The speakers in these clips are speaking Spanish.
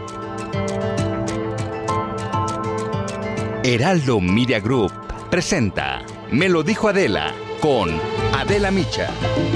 Heraldo Media Group presenta Me lo dijo Adela con Adela Micha.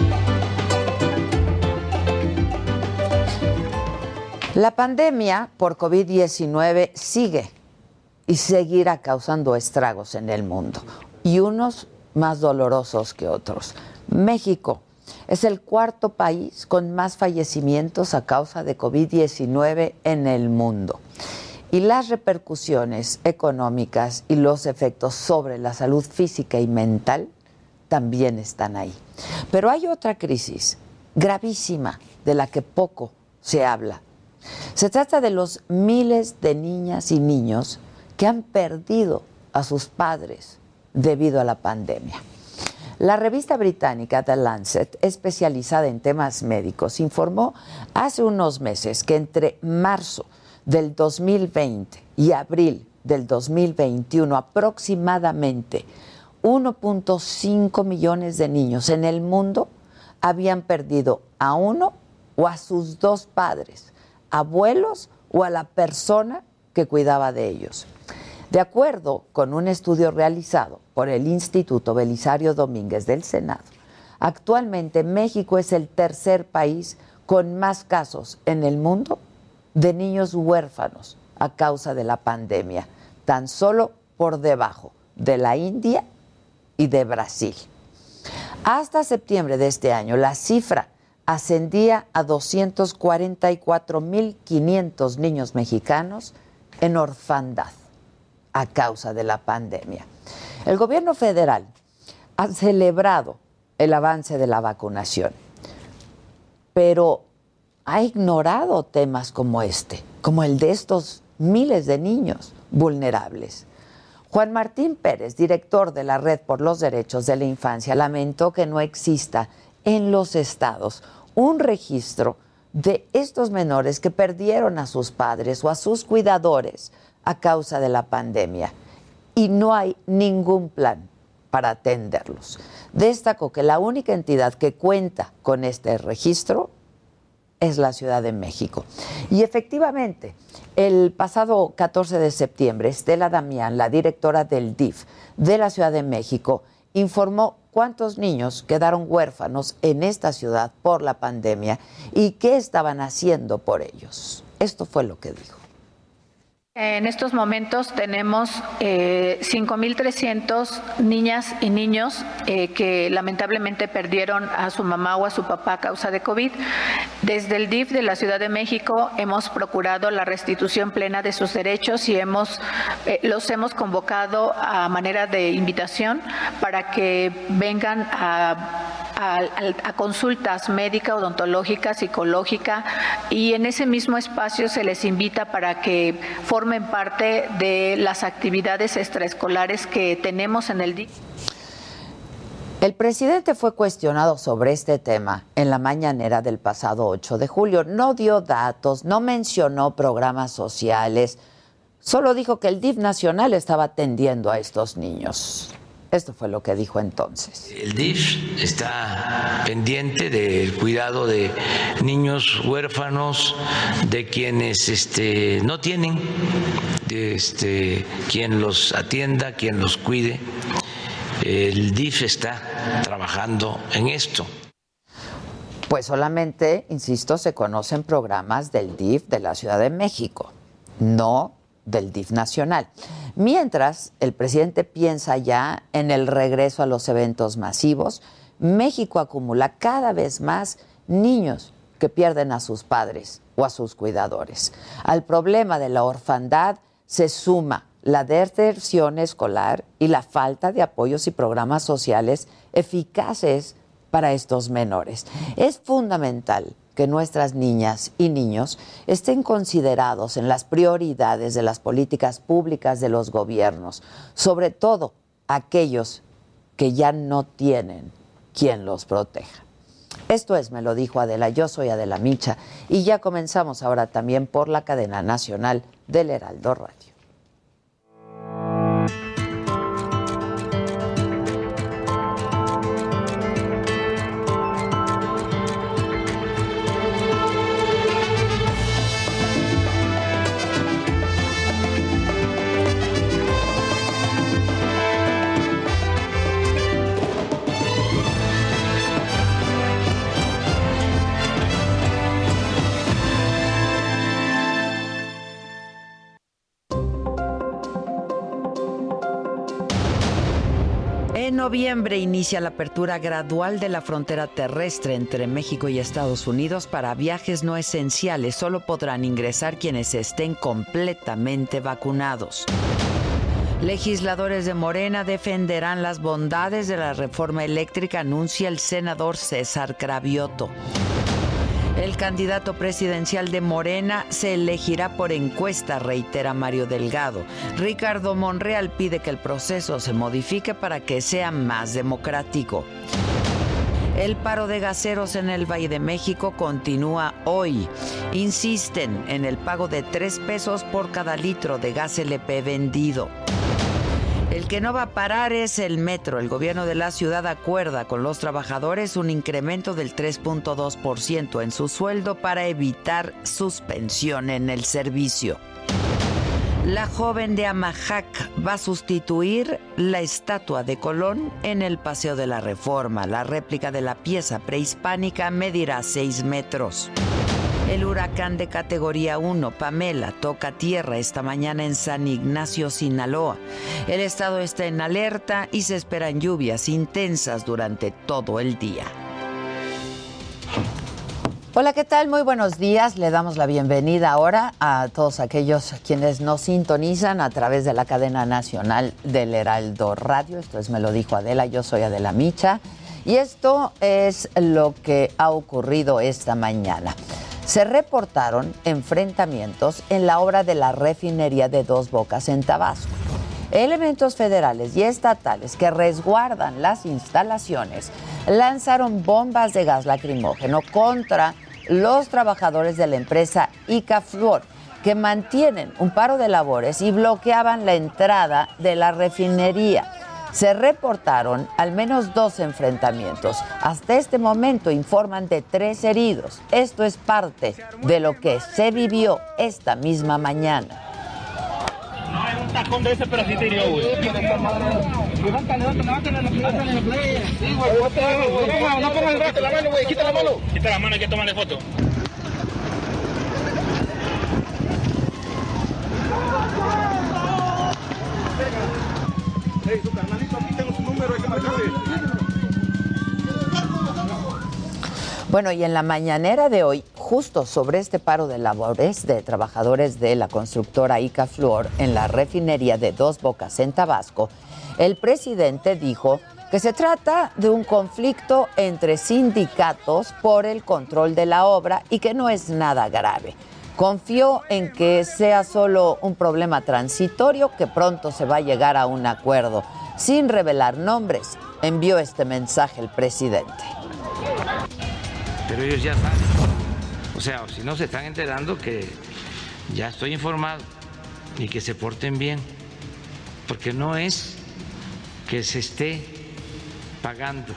La pandemia por COVID-19 sigue y seguirá causando estragos en el mundo, y unos más dolorosos que otros. México es el cuarto país con más fallecimientos a causa de COVID-19 en el mundo. Y las repercusiones económicas y los efectos sobre la salud física y mental también están ahí. Pero hay otra crisis gravísima de la que poco se habla. Se trata de los miles de niñas y niños que han perdido a sus padres debido a la pandemia. La revista británica The Lancet, especializada en temas médicos, informó hace unos meses que entre marzo del 2020 y abril del 2021, aproximadamente 1.5 millones de niños en el mundo habían perdido a uno o a sus dos padres, abuelos o a la persona que cuidaba de ellos. De acuerdo con un estudio realizado por el Instituto Belisario Domínguez del Senado, actualmente México es el tercer país con más casos en el mundo de niños huérfanos a causa de la pandemia, tan solo por debajo de la India y de Brasil. Hasta septiembre de este año, la cifra ascendía a 244.500 niños mexicanos en orfandad a causa de la pandemia. El gobierno federal ha celebrado el avance de la vacunación, pero ha ignorado temas como este, como el de estos miles de niños vulnerables. Juan Martín Pérez, director de la Red por los Derechos de la Infancia, lamentó que no exista en los estados un registro de estos menores que perdieron a sus padres o a sus cuidadores a causa de la pandemia, y no hay ningún plan para atenderlos. Destacó que la única entidad que cuenta con este registro es la Ciudad de México. Y efectivamente, el pasado 14 de septiembre, Estela Damián, la directora del DIF de la Ciudad de México, informó cuántos niños quedaron huérfanos en esta ciudad por la pandemia y qué estaban haciendo por ellos. Esto fue lo que dijo. En estos momentos tenemos 5.300 niñas y niños que lamentablemente perdieron a su mamá o a su papá a causa de COVID. Desde el DIF de la Ciudad de México hemos procurado la restitución plena de sus derechos y los hemos convocado a manera de invitación para que vengan a consultas médica, odontológica, psicológica, y en ese mismo espacio se les invita para que formen parte de las actividades extraescolares que tenemos en el DIF. El presidente fue cuestionado sobre este tema en la mañanera del pasado 8 de julio. No dio datos, no mencionó programas sociales, solo dijo que el DIF nacional estaba atendiendo a estos niños. Esto fue lo que dijo entonces. El DIF está pendiente del cuidado de niños huérfanos, de quienes no tienen quien los atienda, quien los cuide. El DIF está trabajando en esto. Pues solamente, insisto, se conocen programas del DIF de la Ciudad de México, no del DIF nacional. Mientras el presidente piensa ya en el regreso a los eventos masivos, México acumula cada vez más niños que pierden a sus padres o a sus cuidadores. Al problema de la orfandad se suma la deserción escolar y la falta de apoyos y programas sociales eficaces para estos menores. Es fundamental que nuestras niñas y niños estén considerados en las prioridades de las políticas públicas de los gobiernos, sobre todo aquellos que ya no tienen quien los proteja. Esto es Me lo dijo Adela, yo soy Adela Micha y ya comenzamos ahora también por la cadena nacional del Heraldo Radio. En noviembre inicia la apertura gradual de la frontera terrestre entre México y Estados Unidos para viajes no esenciales. Solo podrán ingresar quienes estén completamente vacunados. Legisladores de Morena defenderán las bondades de la reforma eléctrica, anuncia el senador César Cravioto. El candidato presidencial de Morena se elegirá por encuesta, reitera Mario Delgado. Ricardo Monreal pide que el proceso se modifique para que sea más democrático. El paro de gaseros en el Valle de México continúa hoy. Insisten en el pago de 3 pesos por cada litro de gas LP vendido. El que no va a parar es el metro. El gobierno de la ciudad acuerda con los trabajadores un incremento del 3.2% en su sueldo para evitar suspensión en el servicio. La joven de Amajac va a sustituir la estatua de Colón en el Paseo de la Reforma. La réplica de la pieza prehispánica medirá 6 metros. El huracán de categoría 1, Pamela, toca tierra esta mañana en San Ignacio, Sinaloa. El estado está en alerta y se esperan lluvias intensas durante todo el día. Hola, ¿qué tal? Muy buenos días. Le damos la bienvenida ahora a todos aquellos quienes nos sintonizan a través de la cadena nacional del Heraldo Radio. Esto es Me lo dijo Adela, yo soy Adela Micha y esto es lo que ha ocurrido esta mañana. Se reportaron enfrentamientos en la obra de la refinería de Dos Bocas en Tabasco. Elementos federales y estatales que resguardan las instalaciones lanzaron bombas de gas lacrimógeno contra los trabajadores de la empresa Icafluor, que mantienen un paro de labores y bloqueaban la entrada de la refinería. Se reportaron al menos 2 enfrentamientos. Hasta este momento informan de 3 heridos. Esto es parte de lo que se vivió esta misma mañana. No hay un tacón de ese, pero sí te hirió, güey. Levántale la playa. Sí, güey. No pongas el brazo, la mano, güey. Quita la mano. Quita la mano, hay que tomarle foto. Hey, su carnalito, aquí tengo su número, hay que marcarle. Bueno, y en la mañanera de hoy, justo sobre este paro de labores de trabajadores de la constructora Icafluor en la refinería de Dos Bocas en Tabasco, el presidente dijo que se trata de un conflicto entre sindicatos por el control de la obra y que no es nada grave. Confió en que sea solo un problema transitorio, que pronto se va a llegar a un acuerdo. Sin revelar nombres, envió este mensaje el presidente. Pero ellos ya saben, o sea, si no se están enterando que ya estoy informado y que se porten bien, porque no es que se esté pagando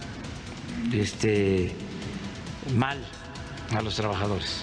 mal a los trabajadores.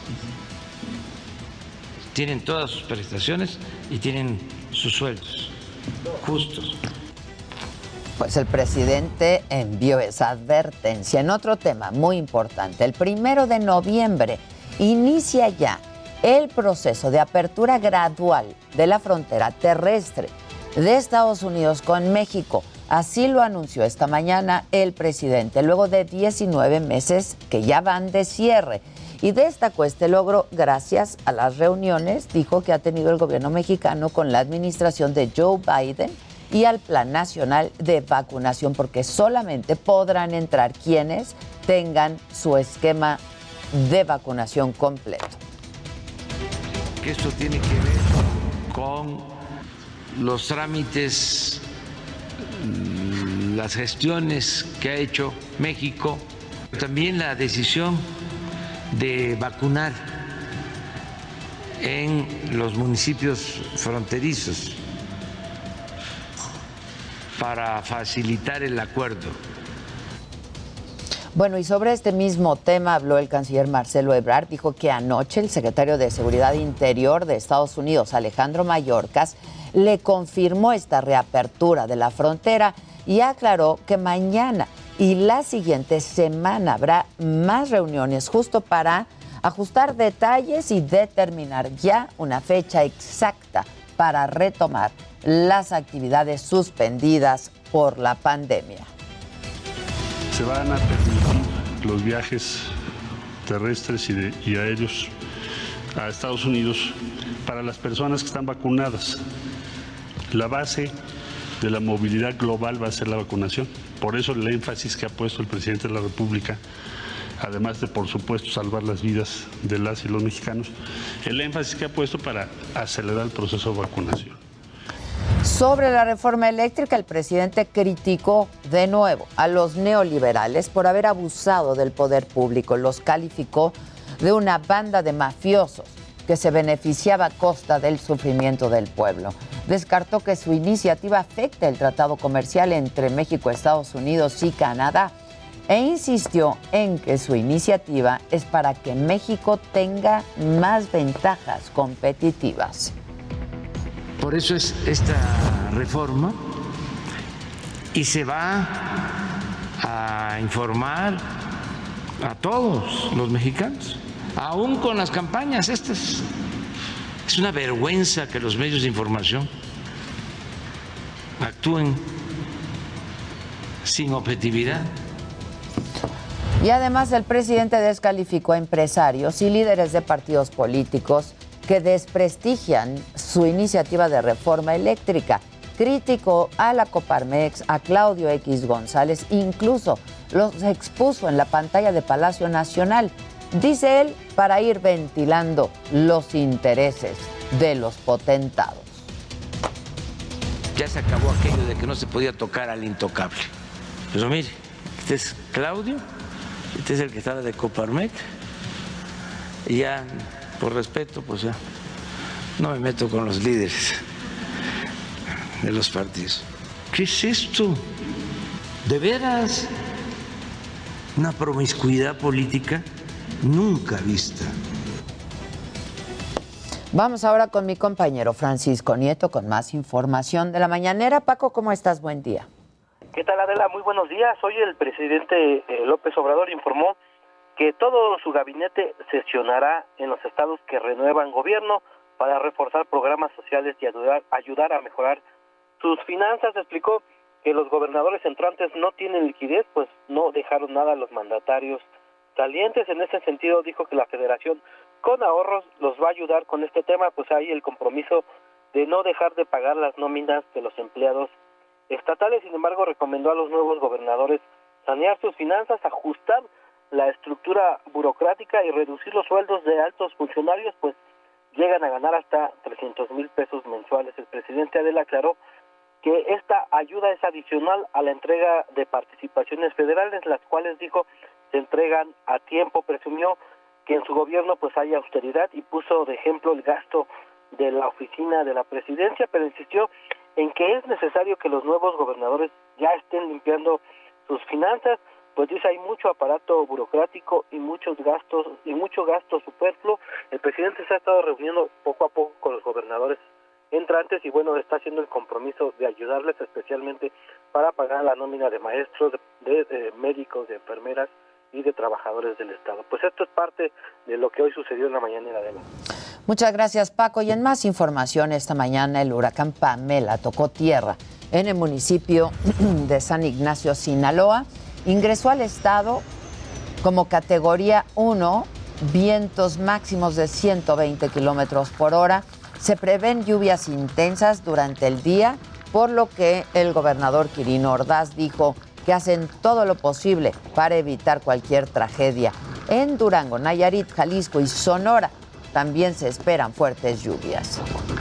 Tienen todas sus prestaciones y tienen sus sueldos justos. Pues el presidente envió esa advertencia. En otro tema muy importante, el 1 de noviembre inicia ya el proceso de apertura gradual de la frontera terrestre de Estados Unidos con México. Así lo anunció esta mañana el presidente, luego de 19 meses que ya van de cierre. Y destacó este logro gracias a las reuniones, dijo, que ha tenido el gobierno mexicano con la administración de Joe Biden y al Plan Nacional de Vacunación, porque solamente podrán entrar quienes tengan su esquema de vacunación completo. Que esto tiene que ver con los trámites, las gestiones que ha hecho México, también la decisión de vacunar en los municipios fronterizos para facilitar el acuerdo. Bueno, y sobre este mismo tema habló el canciller Marcelo Ebrard. Dijo que anoche el secretario de Seguridad Interior de Estados Unidos, Alejandro Mayorkas, le confirmó esta reapertura de la frontera y aclaró que mañana y la siguiente semana habrá más reuniones justo para ajustar detalles y determinar ya una fecha exacta para retomar las actividades suspendidas por la pandemia. Se van a permitir los viajes terrestres y aéreos a Estados Unidos para las personas que están vacunadas. La base de la movilidad global va a ser la vacunación. Por eso el énfasis que ha puesto el presidente de la República, además de, por supuesto, salvar las vidas de las y los mexicanos, el énfasis que ha puesto para acelerar el proceso de vacunación. Sobre la reforma eléctrica, el presidente criticó de nuevo a los neoliberales por haber abusado del poder público. Los calificó de una banda de mafiosos que se beneficiaba a costa del sufrimiento del pueblo. Descartó que su iniciativa afecte el tratado comercial entre México, Estados Unidos y Canadá e insistió en que su iniciativa es para que México tenga más ventajas competitivas. Por eso es esta reforma y se va a informar a todos los mexicanos, aún con las campañas estas. Es una vergüenza que los medios de información actúen sin objetividad. Y además el presidente descalificó a empresarios y líderes de partidos políticos que desprestigian su iniciativa de reforma eléctrica. Criticó a la Coparmex, a Claudio X González, incluso los expuso en la pantalla de Palacio Nacional, dice él, para ir ventilando los intereses de los potentados. Ya se acabó aquello de que no se podía tocar al intocable. Pero mire, este es Claudio, este es el que estaba de Coparmex, y ya, por respeto, pues ya no me meto con los líderes de los partidos. ¿Qué es esto? ¿De veras? Una promiscuidad política nunca vista. Vamos ahora con mi compañero Francisco Nieto con más información de la mañanera. Paco, ¿cómo estás? Buen día. ¿Qué tal, Adela? Muy buenos días. Hoy el presidente López Obrador informó que todo su gabinete sesionará en los estados que renuevan gobierno para reforzar programas sociales y ayudar a mejorar sus finanzas. Explicó que los gobernadores entrantes no tienen liquidez, pues no dejaron nada a los mandatarios salientes. En ese sentido, dijo que la federación con ahorros los va a ayudar con este tema, pues hay el compromiso de no dejar de pagar las nóminas de los empleados estatales. Sin embargo, recomendó a los nuevos gobernadores sanear sus finanzas, ajustar la estructura burocrática y reducir los sueldos de altos funcionarios, pues llegan a ganar hasta 300,000 pesos mensuales. El presidente Adela aclaró que esta ayuda es adicional a la entrega de participaciones federales, las cuales, dijo, se entregan a tiempo. Presumió que en su gobierno pues hay austeridad y puso de ejemplo el gasto de la oficina de la presidencia, pero insistió en que es necesario que los nuevos gobernadores ya estén limpiando sus finanzas, pues dice hay mucho aparato burocrático y mucho gasto superfluo. El presidente se ha estado reuniendo poco a poco con los gobernadores entrantes y bueno, está haciendo el compromiso de ayudarles especialmente para pagar la nómina de maestros, de médicos, de enfermeras y de trabajadores del Estado. Pues esto es parte de lo que hoy sucedió en la mañanera de la. Muchas gracias, Paco. Y en más información, esta mañana el huracán Pamela tocó tierra en el municipio de San Ignacio, Sinaloa. Ingresó al estado como categoría 1, vientos máximos de 120 kilómetros por hora. Se prevén lluvias intensas durante el día, por lo que el gobernador Quirino Ordaz dijo que hacen todo lo posible para evitar cualquier tragedia. En Durango, Nayarit, Jalisco y Sonora también se esperan fuertes lluvias.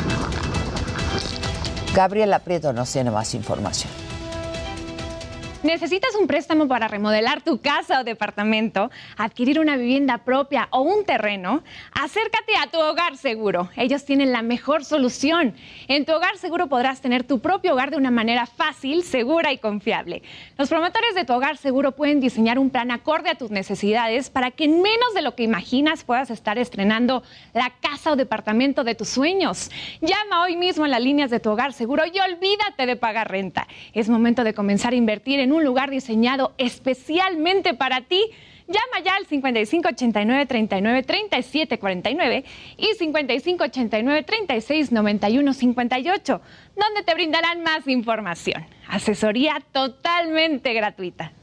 Gabriela Prieto nos tiene más información. ¿Necesitas un préstamo para remodelar tu casa o departamento, adquirir una vivienda propia o un terreno? Acércate a Tu Hogar Seguro. Ellos tienen la mejor solución. En Tu Hogar Seguro podrás tener tu propio hogar de una manera fácil, segura y confiable. Los promotores de Tu Hogar Seguro pueden diseñar un plan acorde a tus necesidades para que en menos de lo que imaginas puedas estar estrenando la casa o departamento de tus sueños. Llama hoy mismo a las líneas de Tu Hogar Seguro y olvídate de pagar renta. Es momento de comenzar a invertir en un lugar diseñado especialmente para ti. Llama ya al 5589-393749 y 5589-369158, donde te brindarán más información. Asesoría totalmente gratuita.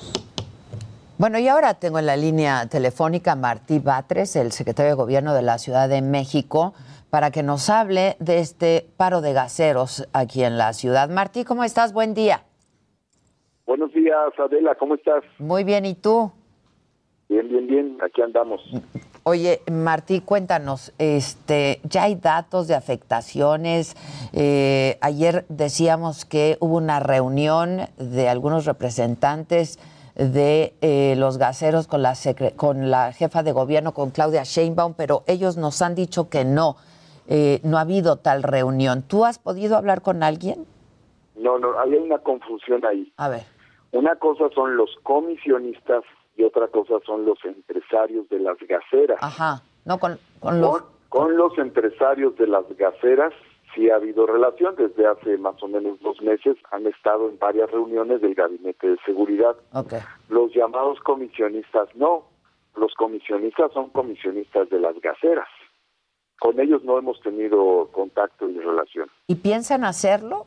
Bueno, y ahora tengo en la línea telefónica a Martí Batres, el secretario de Gobierno de la Ciudad de México, para que nos hable de este paro de gaseros aquí en la ciudad. Martí, ¿cómo estás? Buen día. Buenos días, Adela, ¿cómo estás? Muy bien, ¿y tú? Bien, aquí andamos. Oye, Martí, cuéntanos, ya hay datos de afectaciones. Ayer decíamos que hubo una reunión de algunos representantes de los gaseros con la jefa de gobierno, con Claudia Sheinbaum, pero ellos nos han dicho que no ha habido tal reunión. ¿Tú has podido hablar con alguien? No, hay una confusión ahí. A ver. Una cosa son los comisionistas y otra cosa son los empresarios de las gaseras. Ajá, no con los empresarios de las gaseras sí ha habido relación. Desde hace más o menos 2 meses han estado en varias reuniones del Gabinete de Seguridad. Okay. Los llamados comisionistas no. Los comisionistas son comisionistas de las gaseras. Con ellos no hemos tenido contacto ni relación. ¿Y piensan hacerlo?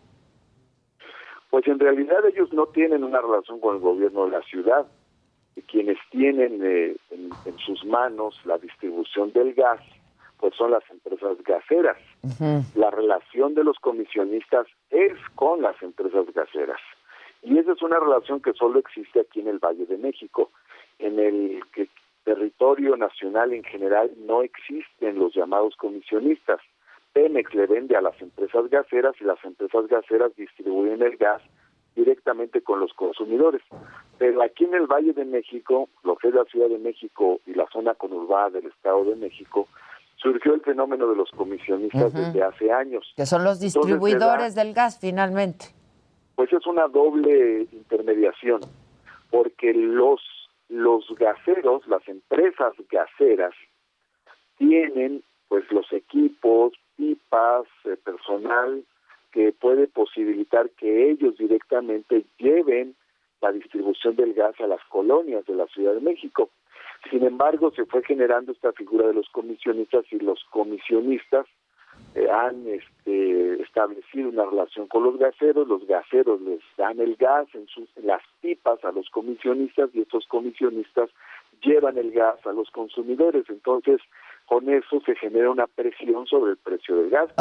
Pues en realidad ellos no tienen una relación con el gobierno de la ciudad. Y quienes tienen en sus manos la distribución del gas, pues son las empresas gaseras. Uh-huh. La relación de los comisionistas es con las empresas gaseras. Y esa es una relación que solo existe aquí en el Valle de México. En el territorio nacional en general no existen los llamados comisionistas. Pemex le vende a las empresas gaseras y las empresas gaseras distribuyen el gas directamente con los consumidores. Pero aquí en el Valle de México, lo que es la Ciudad de México y la zona conurbada del Estado de México, surgió el fenómeno de los comisionistas uh-huh. desde hace años. Que son los distribuidores del gas, finalmente. Pues es una doble intermediación, porque los gaseros, las empresas gaseras, tienen pues los equipos, pipas, personal que puede posibilitar que ellos directamente lleven la distribución del gas a las colonias de la Ciudad de México. Sin embargo, se fue generando esta figura de los comisionistas y los comisionistas han establecido una relación con los gaseros les dan el gas en las pipas a los comisionistas y estos comisionistas llevan el gas a los consumidores. Entonces, con eso se genera una presión sobre el precio del gas.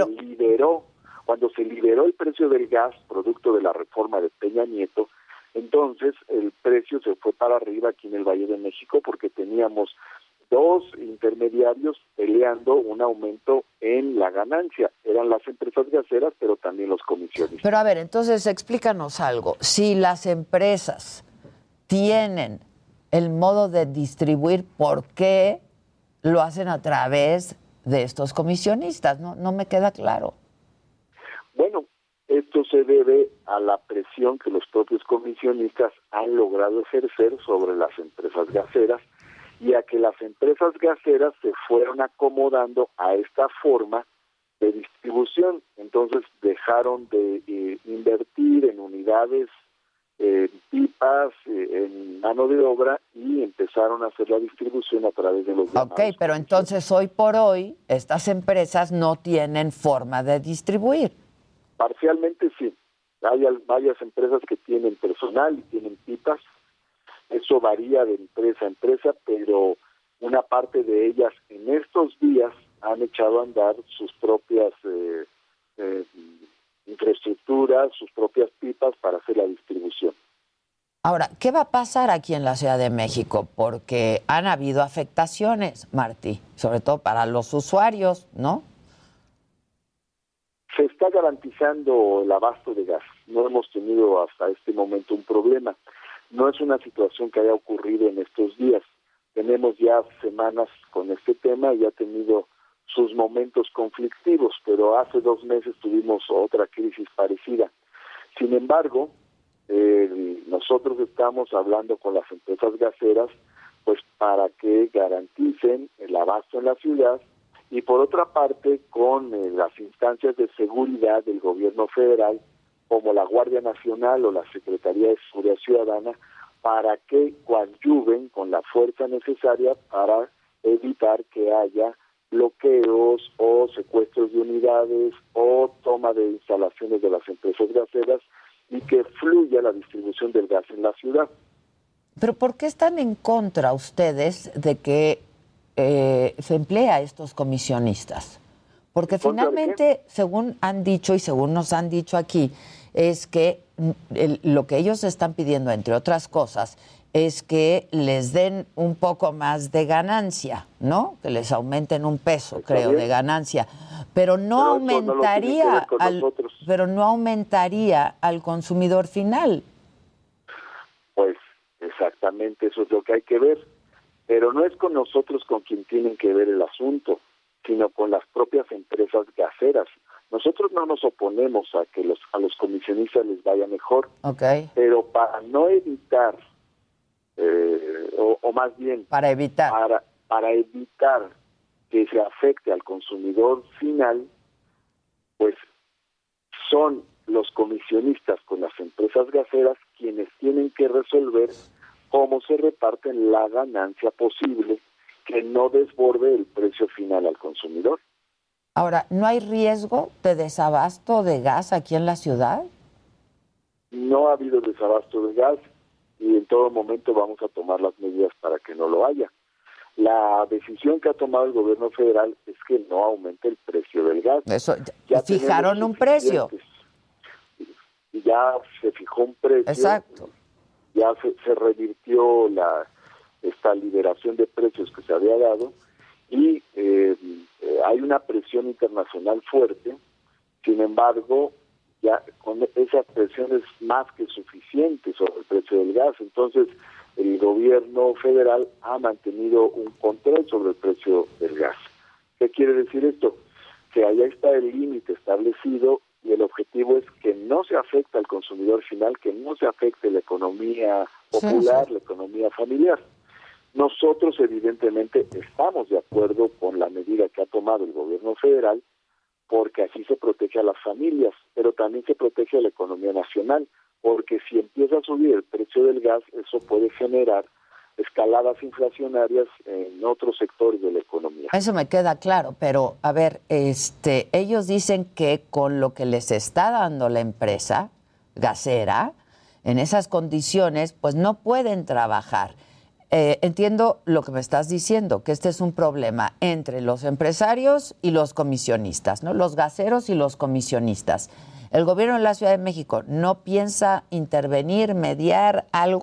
Cuando se liberó el precio del gas, producto de la reforma de Peña Nieto, entonces el precio se fue para arriba aquí en el Valle de México porque teníamos 2 intermediarios peleando un aumento en la ganancia. Eran las empresas gaseras, pero también los comisionistas. Pero a ver, entonces explícanos algo. Si las empresas tienen el modo de distribuir, ¿por qué lo hacen a través de estos comisionistas? No me queda claro. Bueno, esto se debe a la presión que los propios comisionistas han logrado ejercer sobre las empresas gaseras y a que las empresas gaseras se fueron acomodando a esta forma de distribución. Entonces dejaron de invertir en unidades, pipas, en mano de obra y empezaron a hacer la distribución a través de los llamados. Ok, pero entonces hoy por hoy estas empresas no tienen forma de distribuir. Parcialmente sí. Hay varias empresas que tienen personal y tienen pipas. Eso varía de empresa a empresa, pero una parte de ellas en estos días han echado a andar sus propias infraestructuras, sus propias pipas para hacer la distribución. Ahora, ¿qué va a pasar aquí en la Ciudad de México? Porque han habido afectaciones, Martí, sobre todo para los usuarios, ¿no? Se está garantizando el abasto de gas. No hemos tenido hasta este momento un problema. No es una situación que haya ocurrido en estos días. Tenemos ya semanas con este tema y ha tenido sus momentos conflictivos, pero hace 2 meses tuvimos otra crisis parecida. Sin embargo, nosotros estamos hablando con las empresas gaseras pues para que garanticen el abasto en la ciudad y por otra parte con las instancias de seguridad del gobierno federal como la Guardia Nacional o la Secretaría de Seguridad Ciudadana para que coadyuven con la fuerza necesaria para evitar que haya bloqueos o secuestros de unidades o toma de instalaciones de las empresas gaseras y que fluya la distribución del gas en la ciudad. Pero ¿por qué están en contra ustedes de que se emplea a estos comisionistas? Porque finalmente, según han dicho y según nos han dicho aquí, es que lo que ellos están pidiendo, entre otras cosas, es que les den un poco más de ganancia, ¿no? Que les aumenten un peso, creo, de ganancia. Pero no aumentaría al consumidor final. Pues exactamente, eso es lo que hay que ver. Pero no es con nosotros con quien tienen que ver el asunto, sino con las propias empresas gaseras. Nosotros no nos oponemos a que a los comisionistas les vaya mejor, pero para no evitar, o más bien para evitar que se afecte al consumidor final, pues son los comisionistas con las empresas gaseras quienes tienen que resolver cómo se reparten la ganancia posible que no desborde el precio final al consumidor. Ahora, ¿no hay riesgo de desabasto de gas aquí en la ciudad? No ha habido desabasto de gas y en todo momento vamos a tomar las medidas para que no lo haya. La decisión que ha tomado el gobierno federal es que no aumente el precio del gas. Eso, ya fijaron un precio. Y ya se fijó un precio. Exacto. Ya se revirtió esta liberación de precios que se había dado y hay una presión internacional fuerte. Sin embargo, ya con esa presión es más que suficiente sobre el precio del gas. Entonces, el gobierno federal ha mantenido un control sobre el precio del gas. ¿Qué quiere decir esto? Que allá está el límite establecido y el objetivo es que no se afecte al consumidor final, que no se afecte la economía popular, la economía familiar. Nosotros, evidentemente, estamos de acuerdo con la medida que ha tomado el gobierno federal, porque así se protege a las familias, pero también se protege a la economía nacional, porque si empieza a subir el precio del gas, eso puede generar escaladas inflacionarias en otros sectores de la economía. Eso me queda claro, pero a ver, ellos dicen que con lo que les está dando la empresa gasera, en esas condiciones, pues no pueden trabajar. Entiendo lo que me estás diciendo, que este es un problema entre los empresarios y los comisionistas, ¿no? Los gaseros y los comisionistas. ¿El gobierno de la Ciudad de México no piensa intervenir, mediar algo?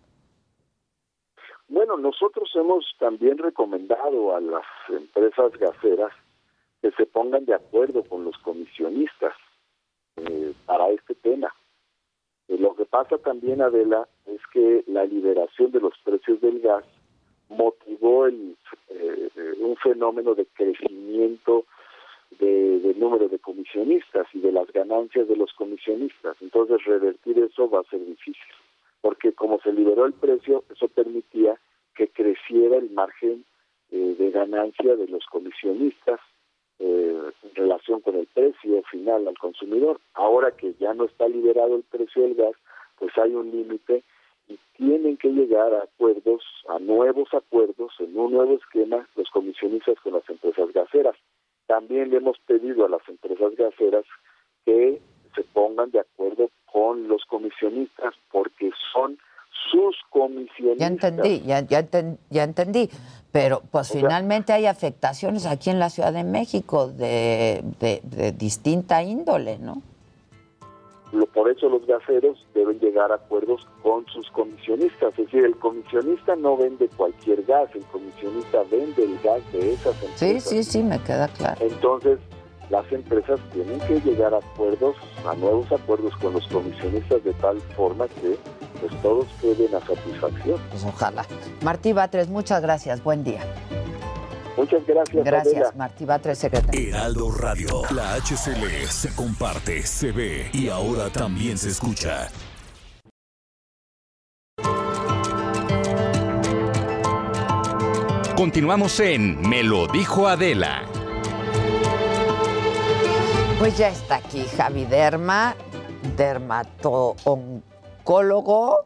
Bueno, nosotros hemos también recomendado a las empresas gaseras que se pongan de acuerdo con los comisionistas para este tema. Lo que pasa también, Adela, es que la liberación de los precios del gas motivó un fenómeno de crecimiento del número de comisionistas y de las ganancias de los comisionistas. Entonces, revertir eso va a ser difícil, porque como se liberó el precio, eso permitía que creciera el margen de ganancia de los comisionistas en relación con el precio final al consumidor. Ahora que ya no está liberado el precio del gas, pues hay un límite y tienen que llegar a acuerdos, a nuevos acuerdos, en un nuevo esquema, los comisionistas con las empresas gaseras. También le hemos pedido a las empresas gaseras que se pongan de acuerdo con los comisionistas, porque son sus comisionistas. Ya entendí. Pero pues finalmente hay afectaciones aquí en la Ciudad de México de distinta índole, ¿no? Por eso los gaseros deben llegar a acuerdos con sus comisionistas. Es decir, el comisionista no vende cualquier gas, el comisionista vende el gas de esas empresas. Sí, me queda claro. Entonces, las empresas tienen que llegar a acuerdos, a nuevos acuerdos con los comisionistas de tal forma que pues todos queden a satisfacción. Pues ojalá. Martí Batres, muchas gracias. Buen día. Muchas gracias. Gracias, Adela. Martí Batres, secretario. Heraldo Radio. La HCL se comparte, se ve y ahora también se escucha. Continuamos en Me lo dijo Adela. Pues ya está aquí Javi Derma, oncólogo,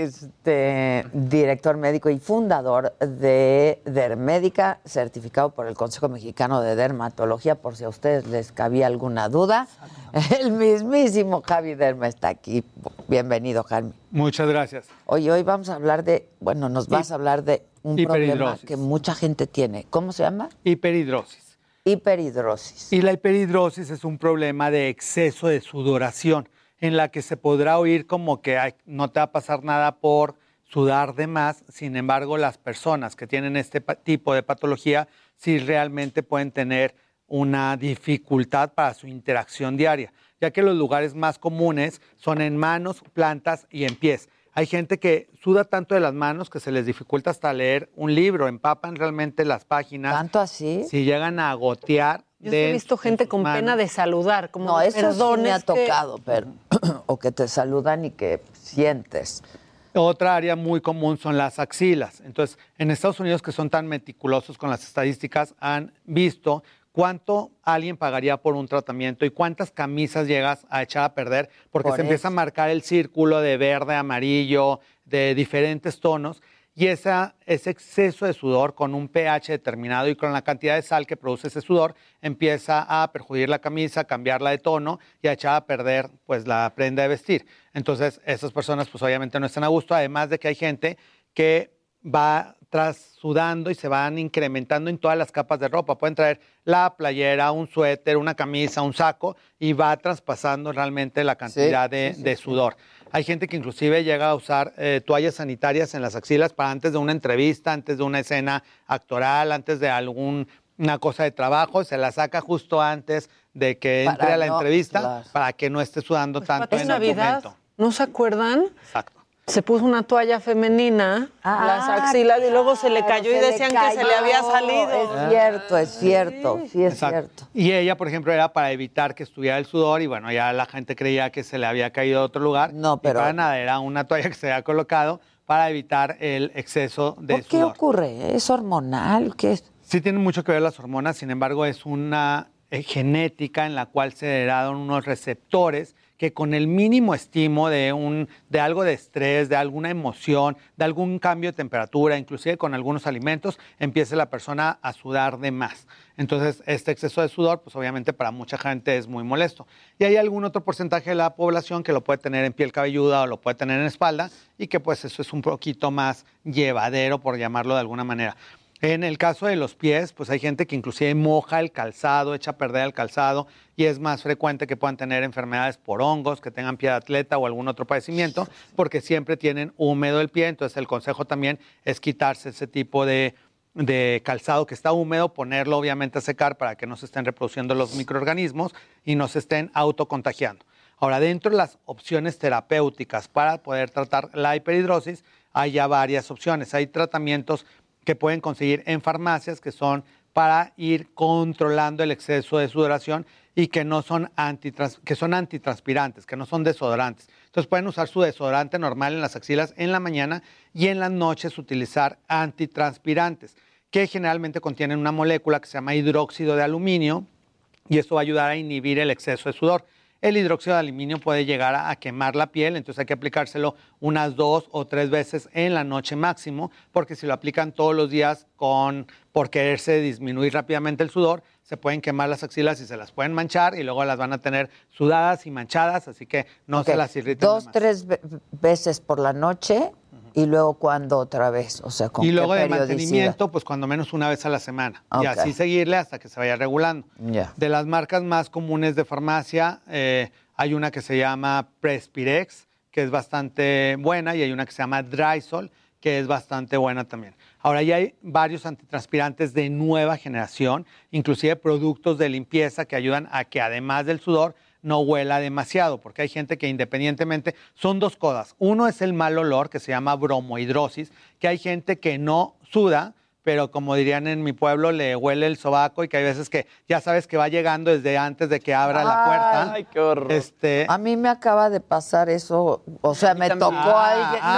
director médico y fundador de Dermédica, certificado por el Consejo Mexicano de Dermatología, por si a ustedes les cabía alguna duda. El mismísimo Javi Derma está aquí. Bienvenido, Jaime. Muchas gracias. Oye, hoy vamos a hablar nos vas a hablar de un problema que mucha gente tiene. ¿Cómo se llama? Hiperhidrosis. Hiperhidrosis. Y la hiperhidrosis es un problema de exceso de sudoración, en la que se podrá oír como que no te va a pasar nada por sudar de más. Sin embargo, las personas que tienen este tipo de patología sí realmente pueden tener una dificultad para su interacción diaria, ya que los lugares más comunes son en manos, plantas y en pies. Hay gente que suda tanto de las manos que se les dificulta hasta leer un libro, empapan realmente las páginas. ¿Tanto así? Si llegan a gotear. Yo he visto gente con pena de saludar, como no, eso perdón, sí me ha tocado, pero o que te saludan y que sientes. Otra área muy común son las axilas. Entonces, en Estados Unidos, que son tan meticulosos con las estadísticas, han visto cuánto alguien pagaría por un tratamiento y cuántas camisas llegas a echar a perder, porque se empieza a marcar el círculo de verde, amarillo, de diferentes tonos, y ese exceso de sudor con un pH determinado y con la cantidad de sal que produce ese sudor empieza a perjudicar la camisa, cambiarla de tono y a echar a perder pues la prenda de vestir. Entonces, esas personas pues obviamente no están a gusto, además de que hay gente que va sudando y se van incrementando en todas las capas de ropa. Pueden traer la playera, un suéter, una camisa, un saco y va traspasando realmente la cantidad de sudor. Hay gente que inclusive llega a usar toallas sanitarias en las axilas para antes de una entrevista, antes de una escena actoral, antes de alguna cosa de trabajo, se la saca justo antes de que entre a la entrevista para que no esté sudando tanto en el momento. ¿No se acuerdan? Exacto. Se puso una toalla femenina, las axilas, y luego se le cayó y decían que se le había salido. Es cierto, sí es cierto. Y ella, por ejemplo, era para evitar que estuviera el sudor y bueno, ya la gente creía que se le había caído a otro lugar. No, pero... Y para nada, era una toalla que se había colocado para evitar el exceso de sudor. ¿Qué ocurre? ¿Es hormonal? ¿Qué es? Sí tienen mucho que ver las hormonas, sin embargo, es una genética en la cual se heredaron unos receptores que con el mínimo estímulo de algo de estrés, de alguna emoción, de algún cambio de temperatura, inclusive con algunos alimentos, empiece la persona a sudar de más. Entonces, este exceso de sudor, pues obviamente para mucha gente es muy molesto. Y hay algún otro porcentaje de la población que lo puede tener en piel cabelluda o lo puede tener en espalda y que pues eso es un poquito más llevadero, por llamarlo de alguna manera. En el caso de los pies, pues hay gente que inclusive moja el calzado, echa a perder el calzado y es más frecuente que puedan tener enfermedades por hongos, que tengan pie de atleta o algún otro padecimiento, porque siempre tienen húmedo el pie. Entonces el consejo también es quitarse ese tipo de calzado que está húmedo, ponerlo obviamente a secar para que no se estén reproduciendo los microorganismos y no se estén autocontagiando. Ahora, dentro de las opciones terapéuticas para poder tratar la hiperhidrosis, hay ya varias opciones. Hay tratamientos que pueden conseguir en farmacias que son para ir controlando el exceso de sudoración y que no son antitranspirantes, que no son desodorantes. Entonces pueden usar su desodorante normal en las axilas en la mañana y en las noches utilizar antitranspirantes, que generalmente contienen una molécula que se llama hidróxido de aluminio y esto va a ayudar a inhibir el exceso de sudor. El hidróxido de aluminio puede llegar a quemar la piel, entonces hay que aplicárselo unas 2 o 3 veces en la noche máximo, porque si lo aplican todos los días por quererse disminuir rápidamente el sudor, se pueden quemar las axilas y se las pueden manchar y luego las van a tener sudadas y manchadas, así que no se las irriten. 2, 3 veces por la noche. ¿Y luego cuándo otra vez? O sea, ¿con y luego qué de periodicidad? Mantenimiento, pues cuando menos una vez a la semana. Okay. Y así seguirle hasta que se vaya regulando. Yeah. De las marcas más comunes de farmacia, hay una que se llama Prespirex, que es bastante buena, y hay una que se llama Drysol, que es bastante buena también. Ahora ya hay varios antitranspirantes de nueva generación, inclusive productos de limpieza que ayudan a que además del sudor, no huela demasiado, porque hay gente que independientemente, son 2 cosas. Uno es el mal olor, que se llama bromohidrosis, que hay gente que no suda, pero como dirían en mi pueblo, le huele el sobaco y que hay veces que ya sabes que va llegando desde antes de que abra la puerta. ¡Ay, qué horror! A mí me acaba de pasar eso, o sea, me tocó a alguien.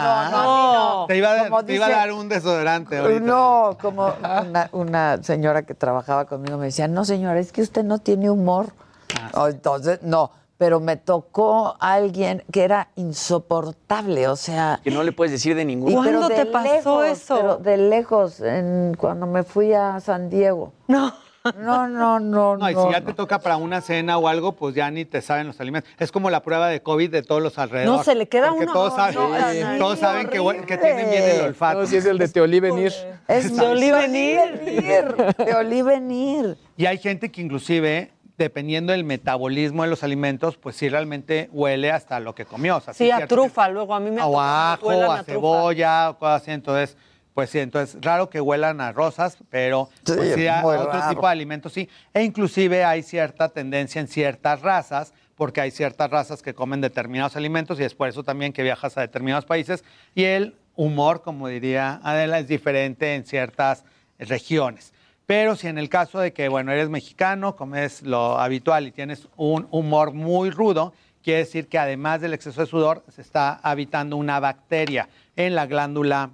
No. Te iba a dar un desodorante ahorita. No, como una señora que trabajaba conmigo me decía, no señora, es que usted no tiene humor. Entonces, no, pero me tocó alguien que era insoportable, o sea... Que no le puedes decir de ningún... ¿Cuándo te pasó eso? Pero de lejos, cuando me fui a San Diego. No. No, y si ya te toca para una cena o algo, pues ya ni te saben los alimentos. Es como la prueba de COVID de todos los alrededores. No, se le queda porque uno. Todos saben que tienen bien el olfato. No, si es el de te olí venir. Es te olí venir. Te olí venir. Y hay gente que inclusive, dependiendo del metabolismo de los alimentos, pues sí realmente huele hasta lo que comió. O sea, sí, a trufa, luego a mí me o a ajo, a trufa. cebolla, o cosas así. Entonces, pues sí, entonces, raro que huelan a rosas, pero pues, sí, a otro tipo de alimentos sí. E inclusive hay cierta tendencia en ciertas razas, porque hay ciertas razas que comen determinados alimentos y es por eso también que viajas a determinados países. Y el humor, como diría Adela, es diferente en ciertas regiones. Pero si en el caso de que, bueno, eres mexicano, comes lo habitual y tienes un humor muy rudo, quiere decir que además del exceso de sudor, se está habitando una bacteria en la glándula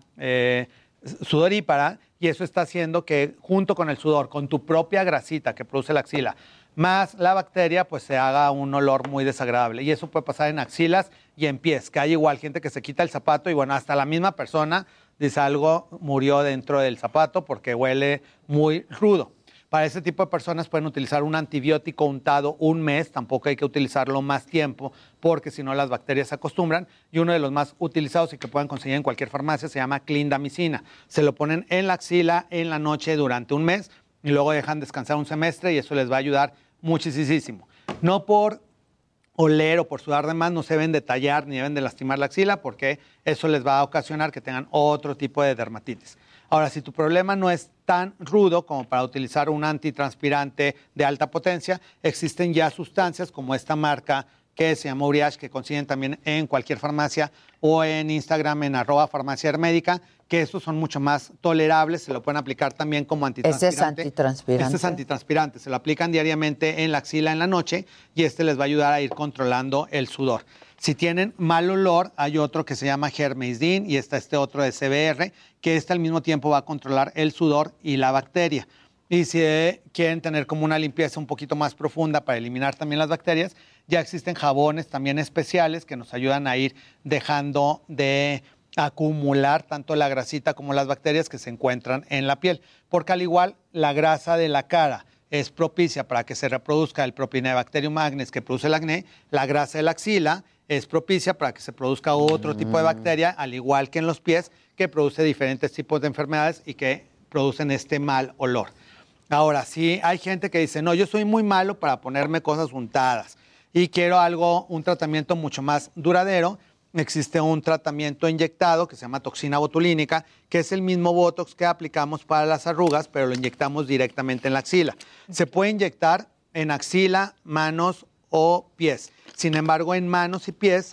sudorípara, y eso está haciendo que junto con el sudor, con tu propia grasita que produce la axila, más la bacteria, pues se haga un olor muy desagradable. Y eso puede pasar en axilas y en pies, que hay igual gente que se quita el zapato y bueno, hasta la misma persona dice algo murió dentro del zapato porque huele muy rudo. Para ese tipo de personas pueden utilizar un antibiótico untado un mes, tampoco hay que utilizarlo más tiempo porque si no las bacterias se acostumbran. Y uno de los más utilizados y que pueden conseguir en cualquier farmacia se llama clindamicina. Se lo ponen en la axila en la noche durante un mes y luego dejan descansar un semestre y eso les va a ayudar muchísimo. No por oler o por sudar de más no se deben de tallar ni deben de lastimar la axila porque eso les va a ocasionar que tengan otro tipo de dermatitis. Ahora, si tu problema no es tan rudo como para utilizar un antitranspirante de alta potencia, existen ya sustancias como esta marca que se llama Uriage, que consiguen también en cualquier farmacia o en Instagram en @farmaciahermédica, que estos son mucho más tolerables, se lo pueden aplicar también como antitranspirante. ¿Ese es antitranspirante? Este es antitranspirante, se lo aplican diariamente en la axila en la noche y este les va a ayudar a ir controlando el sudor. Si tienen mal olor, hay otro que se llama Germeisdin y está este otro de CBR, que al mismo tiempo va a controlar el sudor y la bacteria. Y si quieren tener como una limpieza un poquito más profunda para eliminar también las bacterias, ya existen jabones también especiales que nos ayudan a ir dejando de acumular tanto la grasita como las bacterias que se encuentran en la piel. Porque al igual la grasa de la cara es propicia para que se reproduzca el Propionibacterium agnes que produce el acné, la grasa de la axila es propicia para que se produzca otro tipo de bacteria, al igual que en los pies, que produce diferentes tipos de enfermedades y que producen este mal olor. Ahora, sí hay gente que dice, no, yo soy muy malo para ponerme cosas untadas y quiero un tratamiento mucho más duradero. Existe un tratamiento inyectado que se llama toxina botulínica, que es el mismo Botox que aplicamos para las arrugas, pero lo inyectamos directamente en la axila. Se puede inyectar en axila, manos o pies. Sin embargo, en manos y pies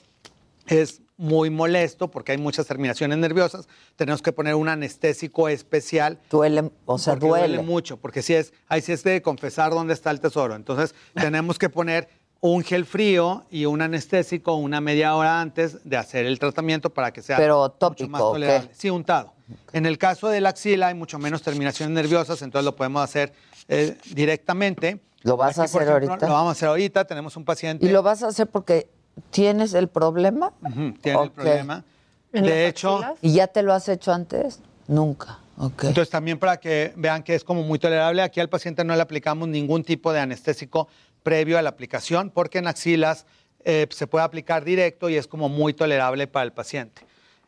es muy molesto porque hay muchas terminaciones nerviosas. Tenemos que poner un anestésico especial. Duele, o sea, duele mucho, porque ahí sí es de confesar dónde está el tesoro. Entonces, tenemos que poner un gel frío y un anestésico una media hora antes de hacer el tratamiento para que sea pero tópico, mucho más tolerable. Sí, untado. En el caso de la axila hay mucho menos terminaciones nerviosas, entonces lo podemos hacer directamente. ¿Lo vas a hacer ahorita? Lo vamos a hacer ahorita. Tenemos un paciente. ¿Y lo vas a hacer porque tienes el problema? Tiene el problema. De hecho. ¿Y ya te lo has hecho antes? Nunca. Okay. Entonces, también para que vean que es como muy tolerable, aquí al paciente no le aplicamos ningún tipo de anestésico previo a la aplicación, porque en axilas se puede aplicar directo y es como muy tolerable para el paciente.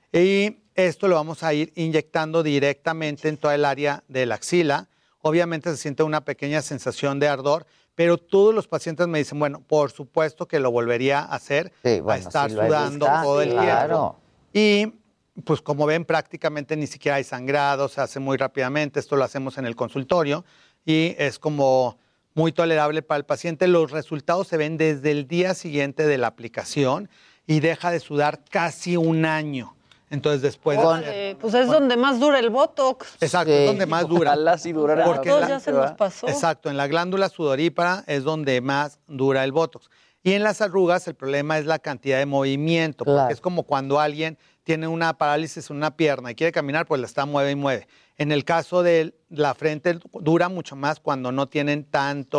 Y esto lo vamos a ir inyectando directamente en toda el área de la axila. Obviamente se siente una pequeña sensación de ardor, pero todos los pacientes me dicen, bueno, por supuesto que lo volvería a hacer, a estar sudando todo el tiempo. Y pues como ven, prácticamente ni siquiera hay sangrado, se hace muy rápidamente. Esto lo hacemos en el consultorio y es como muy tolerable para el paciente. Los resultados se ven desde el día siguiente de la aplicación y deja de sudar casi un año. Entonces después... pues es donde más dura el Botox. Exacto, es donde más dura. Ojalá sí durara. Porque ya se nos pasó. Exacto, en la glándula sudorípara es donde más dura el Botox. Y en las arrugas el problema es la cantidad de movimiento, porque es como cuando alguien tiene una parálisis en una pierna y quiere caminar, pues la está mueve y mueve. En el caso de la frente dura mucho más cuando no tienen tanto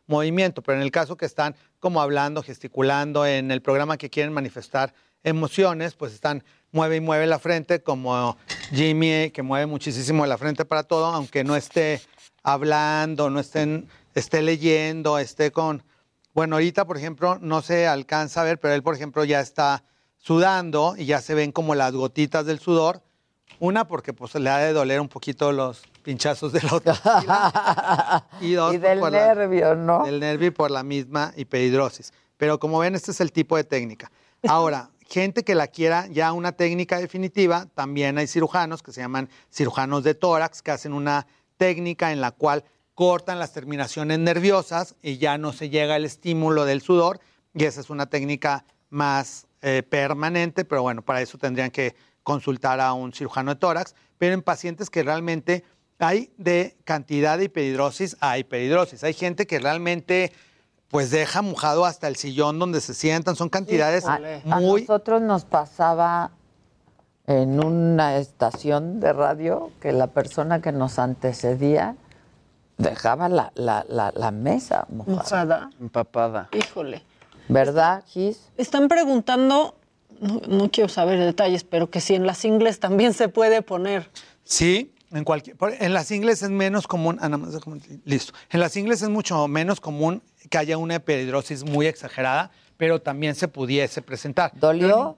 movimiento, pero en el caso que están como hablando, gesticulando, en el programa que quieren manifestar emociones, pues están mueve y mueve la frente, como Jimmy, que mueve muchísimo la frente para todo, aunque no esté hablando, no esté leyendo, esté con... Bueno, ahorita, por ejemplo, no se alcanza a ver, pero él, por ejemplo, ya está sudando y ya se ven como las gotitas del sudor. Una, porque pues le ha de doler un poquito los pinchazos de la otra. Y dos, y del por nervio, ¿no? Del nervio y por la misma hiperhidrosis. Pero como ven, este es el tipo de técnica. Ahora, gente que la quiera ya una técnica definitiva, también hay cirujanos que se llaman cirujanos de tórax, que hacen una técnica en la cual cortan las terminaciones nerviosas y ya no se llega el estímulo del sudor, y esa es una técnica más permanente, pero bueno, para eso tendrían que consultar a un cirujano de tórax. Pero en pacientes que realmente hay de cantidad de hiperhidrosis a hiperhidrosis, hay gente que realmente pues deja mojado hasta el sillón donde se sientan, son cantidades muy... A nosotros nos pasaba en una estación de radio que la persona que nos antecedía dejaba la mesa mojada. Empapada. Híjole. ¿Verdad, Gis? Están preguntando, no quiero saber detalles, pero que si en las ingles también se puede poner. Sí, en las ingles es menos común, listo. En las ingles es mucho menos común que haya una hiperhidrosis muy exagerada, pero también se pudiese presentar. ¿Dolió?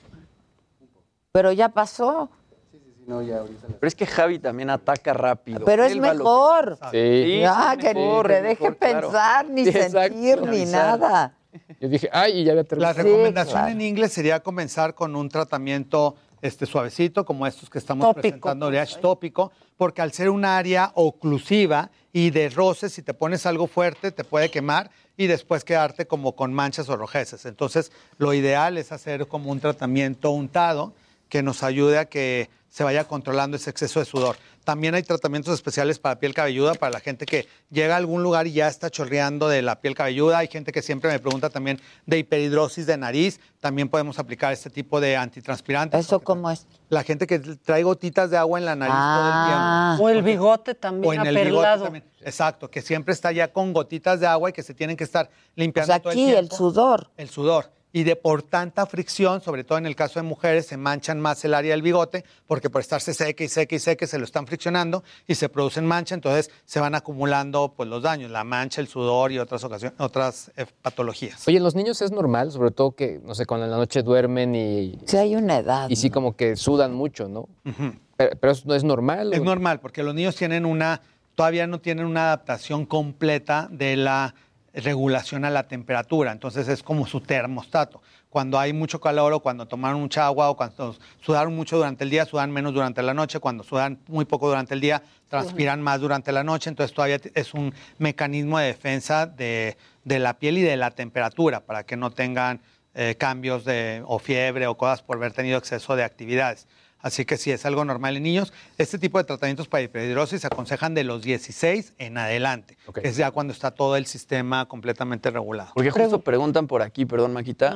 Pero ya pasó. No, ya ahorita. Pero es que Javi también ataca rápido. Pero es mejor. Sí. Ya, que ni te deje pensar, ni sentir, ni nada. Yo dije, ay, y ya había terminado. La recomendación en inglés sería comenzar con un tratamiento suavecito, como estos que estamos presentando, tópico, porque al ser un área oclusiva y de roces, si te pones algo fuerte, te puede quemar y después quedarte como con manchas o rojeces. Entonces, lo ideal es hacer como un tratamiento untado que nos ayude a que se vaya controlando ese exceso de sudor. También hay tratamientos especiales para piel cabelluda, para la gente que llega a algún lugar y ya está chorreando de la piel cabelluda. Hay gente que siempre me pregunta también de hiperhidrosis de nariz. También podemos aplicar este tipo de antitranspirantes. ¿Eso cómo es? La gente que trae gotitas de agua en la nariz todo el tiempo. O el bigote también, o en el bigote también. Exacto, que siempre está ya con gotitas de agua y que se tienen que estar limpiando todo el tiempo. El sudor. El sudor. Y por tanta fricción, sobre todo en el caso de mujeres, se manchan más el área del bigote porque por estarse seca y seca y seca se lo están friccionando y se producen manchas, entonces se van acumulando pues los daños, la mancha, el sudor y otras patologías. Oye, ¿en los niños es normal? Sobre todo que, no sé, cuando en la noche duermen y... Sí, hay una edad. Y sí como que sudan mucho, ¿no? Uh-huh. Pero eso no es normal. Es normal porque los niños todavía no tienen una adaptación completa de la regulación a la temperatura, entonces es como su termostato. Cuando hay mucho calor o cuando tomaron mucha agua o cuando sudaron mucho durante el día, sudan menos durante la noche, cuando sudan muy poco durante el día, transpiran más durante la noche, entonces todavía es un mecanismo de defensa de la piel y de la temperatura para que no tengan cambios o fiebre o cosas por haber tenido exceso de actividades. Así que sí, es algo normal en niños. Este tipo de tratamientos para hiperhidrosis se aconsejan de los 16 en adelante. Okay. Es ya cuando está todo el sistema completamente regulado. Porque justo preguntan por aquí, perdón, Maquita,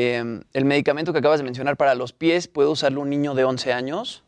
el medicamento que acabas de mencionar para los pies, ¿puede usarlo un niño de 11 años?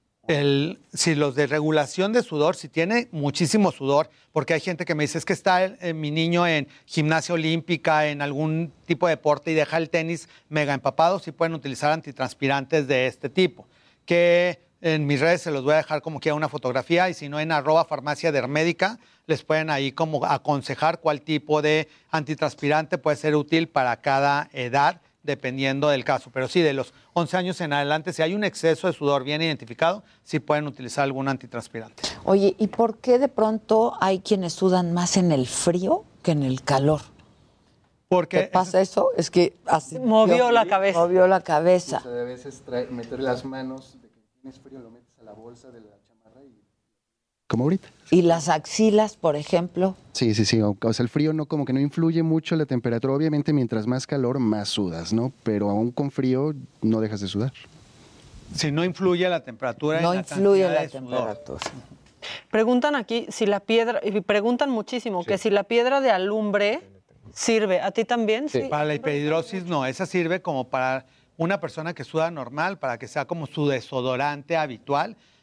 Si los de regulación de sudor, si tiene muchísimo sudor, porque hay gente que me dice, es que está mi niño en gimnasia olímpica, en algún tipo de deporte y deja el tenis mega empapado, sí pueden utilizar antitranspirantes de este tipo. Que en mis redes se los voy a dejar como quiera una fotografía y si no en @farmaciadermédica les pueden ahí como aconsejar cuál tipo de antitranspirante puede ser útil para cada edad dependiendo del caso. Pero sí, de los 11 años en adelante, si hay un exceso de sudor bien identificado, sí pueden utilizar algún antitranspirante. Oye, ¿y por qué de pronto hay quienes sudan más en el frío que en el calor? Porque ¿qué pasa eso? Es que así movió la cabeza. Movió la cabeza. O sea, a veces meter las manos, de que tienes frío, lo metes a la bolsa de la chamarra y... Como ahorita. ¿Y las axilas, por ejemplo? Sí. O sea, el frío no como que no influye mucho la temperatura. Obviamente, mientras más calor, más sudas, ¿no? Pero aún con frío, no dejas de sudar. Si no influye la temperatura. No influye la temperatura. Preguntan aquí si la piedra, y preguntan muchísimo, que si la piedra de alumbre sirve. ¿A ti también? Sí. Para la hiperhidrosis no, esa sirve como para una persona que suda normal, para que sea como su desodorante habitual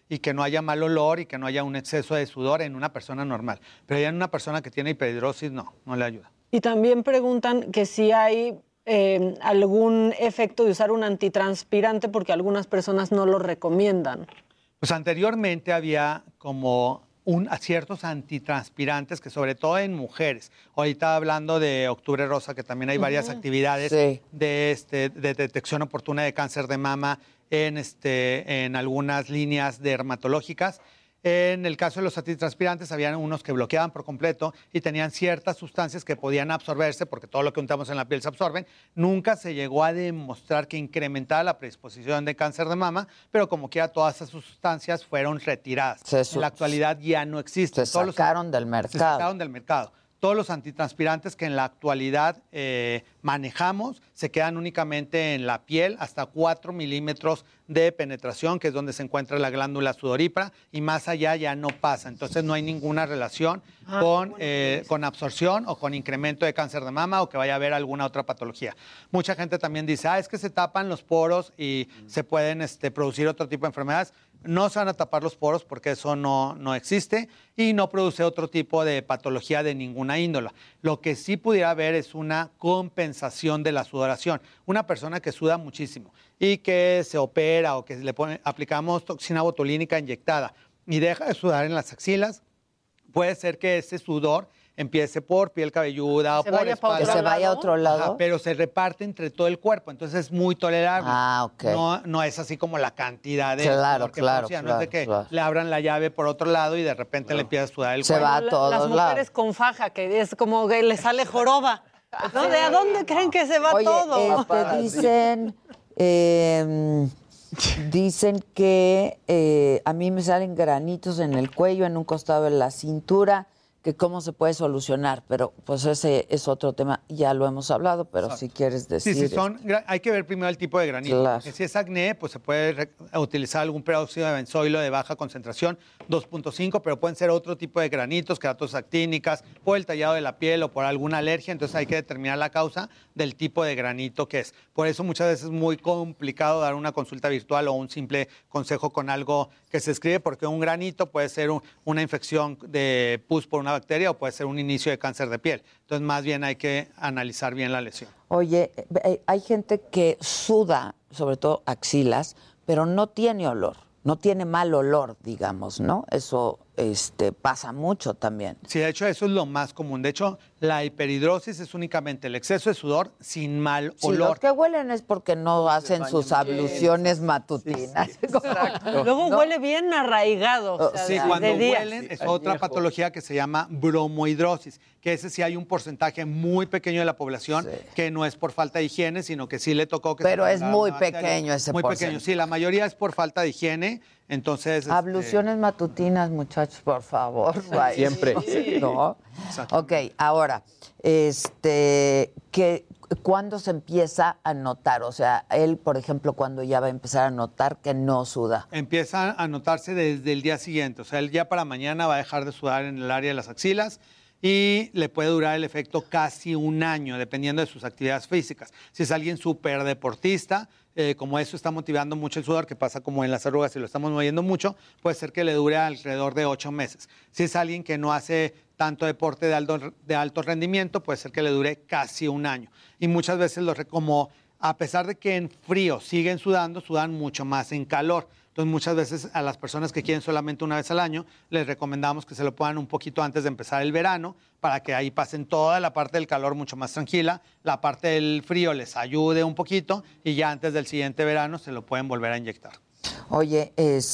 y que no haya mal olor y que no haya un exceso de sudor en una persona normal. Pero ya en una persona que tiene hiperhidrosis, no le ayuda. Y también preguntan que si hay algún efecto de usar un antitranspirante, porque algunas personas no lo recomiendan. Pues anteriormente había como ciertos antitranspirantes que sobre todo en mujeres. Ahorita hablando de Octubre Rosa, que también hay varias actividades de detección oportuna de cáncer de mama en algunas líneas dermatológicas. En el caso de los antitranspirantes, habían unos que bloqueaban por completo y tenían ciertas sustancias que podían absorberse, porque todo lo que untamos en la piel se absorben. Nunca se llegó a demostrar que incrementaba la predisposición de cáncer de mama, pero como quiera, todas esas sustancias fueron retiradas. En la actualidad ya no existen. Se sacaron del mercado. Todos los antitranspirantes que en la actualidad manejamos se quedan únicamente en la piel hasta 4 milímetros de penetración, que es donde se encuentra la glándula sudorípara, y más allá ya no pasa. Entonces no hay ninguna relación con absorción o con incremento de cáncer de mama o que vaya a haber alguna otra patología. Mucha gente también dice, es que se tapan los poros y se pueden producir otro tipo de enfermedades. No se van a tapar los poros porque eso no existe y no produce otro tipo de patología de ninguna índole. Lo que sí pudiera haber es una compensación de la sudoración. Una persona que suda muchísimo y que se opera o que aplicamos toxina botulínica inyectada y deja de sudar en las axilas, puede ser que ese sudor empiece por piel cabelluda o por espalda. Que se vaya a otro lado. Pero se reparte entre todo el cuerpo, entonces es muy tolerable. Ok. No es así como la cantidad de Claro. no es de que le abran la llave por otro lado y de repente le empieza a sudar el cuerpo. Se va a todos lados. Las mujeres con faja, que es como que le sale joroba. ¿No? ¿De a dónde creen que se va todo? Dicen que a mí me salen granitos en el cuello, en un costado de la cintura, que cómo se puede solucionar, pero pues ese es otro tema, ya lo hemos hablado, pero si quieres decir... Sí, hay que ver primero el tipo de granito. Claro. Si es acné, pues se puede utilizar algún peróxido de benzoilo de baja concentración, 2.5, pero pueden ser otro tipo de granitos, queratosis actínicas, por el tallado de la piel o por alguna alergia, entonces hay que determinar la causa del tipo de granito que es. Por eso muchas veces es muy complicado dar una consulta virtual o un simple consejo con algo que se escribe, porque un granito puede ser una infección de pus por una bacteria o puede ser un inicio de cáncer de piel. Entonces, más bien hay que analizar bien la lesión. Oye, hay gente que suda, sobre todo axilas, pero no tiene olor, no tiene mal olor, digamos, ¿no? Eso pasa mucho también. Sí, de hecho, eso es lo más común. De hecho, la hiperhidrosis es únicamente el exceso de sudor sin mal olor. Si los que huelen es porque no hacen sus abluciones matutinas. Luego huele bien arraigado. O sea, cuando huelen es otra patología que se llama bromohidrosis, que ese sí hay un porcentaje muy pequeño de la población que no es por falta de higiene, sino que sí le tocó que... Pero es muy pequeño ese porcentaje. Muy pequeño, sí, la mayoría es por falta de higiene, entonces... Abluciones matutinas, muchachos, por favor. Siempre. ¿No? Ok, ahora, ¿cuándo se empieza a notar? O sea, él, por ejemplo, cuando ya va a empezar a notar que no suda. Empieza a notarse desde el día siguiente. O sea, él ya para mañana va a dejar de sudar en el área de las axilas y le puede durar el efecto casi un año, dependiendo de sus actividades físicas. Si es alguien súper deportista, como eso está motivando mucho el sudor, que pasa como en las arrugas y lo estamos moviendo mucho, puede ser que le dure alrededor de 8 meses. Si es alguien que no hace tanto deporte de alto rendimiento, puede ser que le dure casi un año. Y muchas veces, como a pesar de que en frío siguen sudando, sudan mucho más en calor. Entonces, muchas veces a las personas que quieren solamente una vez al año, les recomendamos que se lo pongan un poquito antes de empezar el verano, para que ahí pasen toda la parte del calor mucho más tranquila, la parte del frío les ayude un poquito y ya antes del siguiente verano se lo pueden volver a inyectar. Oye,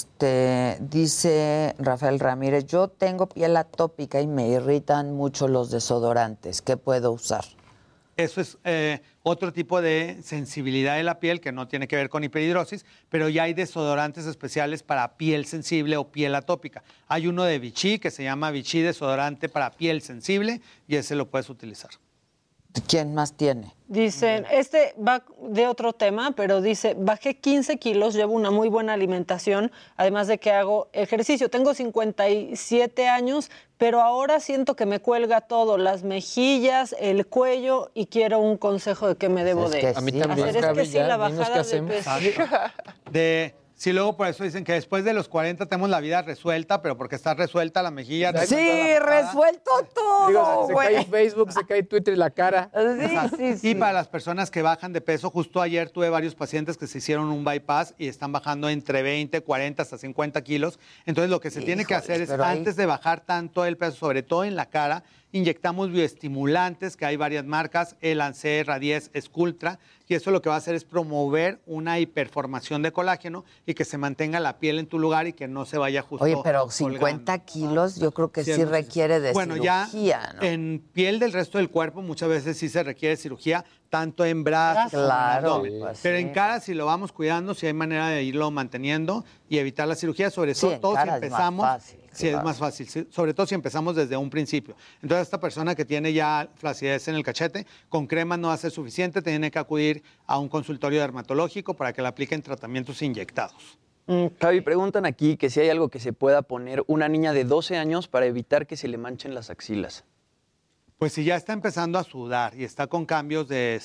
dice Rafael Ramírez, yo tengo piel atópica y me irritan mucho los desodorantes. ¿Qué puedo usar? Eso es otro tipo de sensibilidad de la piel que no tiene que ver con hiperhidrosis, pero ya hay desodorantes especiales para piel sensible o piel atópica. Hay uno de Vichy que se llama Vichy desodorante para piel sensible y ese lo puedes utilizar. ¿Quién más tiene? Dicen, va de otro tema, pero dice, bajé 15 kilos, llevo una muy buena alimentación, además de que hago ejercicio. Tengo 57 años, pero ahora siento que me cuelga todo, las mejillas, el cuello, y quiero un consejo de qué me debo A mí también. hacer. Es que sí, la bajada de peso. Sí, luego por eso dicen que después de los 40 tenemos la vida resuelta, pero porque está resuelta la mejilla. Sí, resuelto todo. Digo, se cae Facebook, se cae Twitter y la cara. Sí. Y para las personas que bajan de peso, justo ayer tuve varios pacientes que se hicieron un bypass y están bajando entre 20, 40 hasta 50 kilos. Entonces lo que se tiene que hacer es, antes de bajar tanto el peso, sobre todo en la cara, inyectamos bioestimulantes, que hay varias marcas, Elancé, Radies, Sculptra, y eso lo que va a hacer es promover una hiperformación de colágeno y que se mantenga la piel en tu lugar y que no se vaya justo. Oye, pero 50 kilos yo creo que sí requiere de cirugía, ya ¿no? En piel del resto del cuerpo muchas veces sí se requiere cirugía, tanto en brazos como en abdomen. Pues pero sí. en cara, si lo vamos cuidando, sí hay manera de irlo manteniendo y evitar la cirugía, sobre todo si empezamos. Sí, es más fácil, sobre todo si empezamos desde un principio. Entonces, esta persona que tiene ya flacidez en el cachete, con crema no va a ser suficiente, tiene que acudir a un consultorio dermatológico para que le apliquen tratamientos inyectados. Javi, preguntan aquí que si hay algo que se pueda poner una niña de 12 años para evitar que se le manchen las axilas. Pues si ya está empezando a sudar y está con cambios de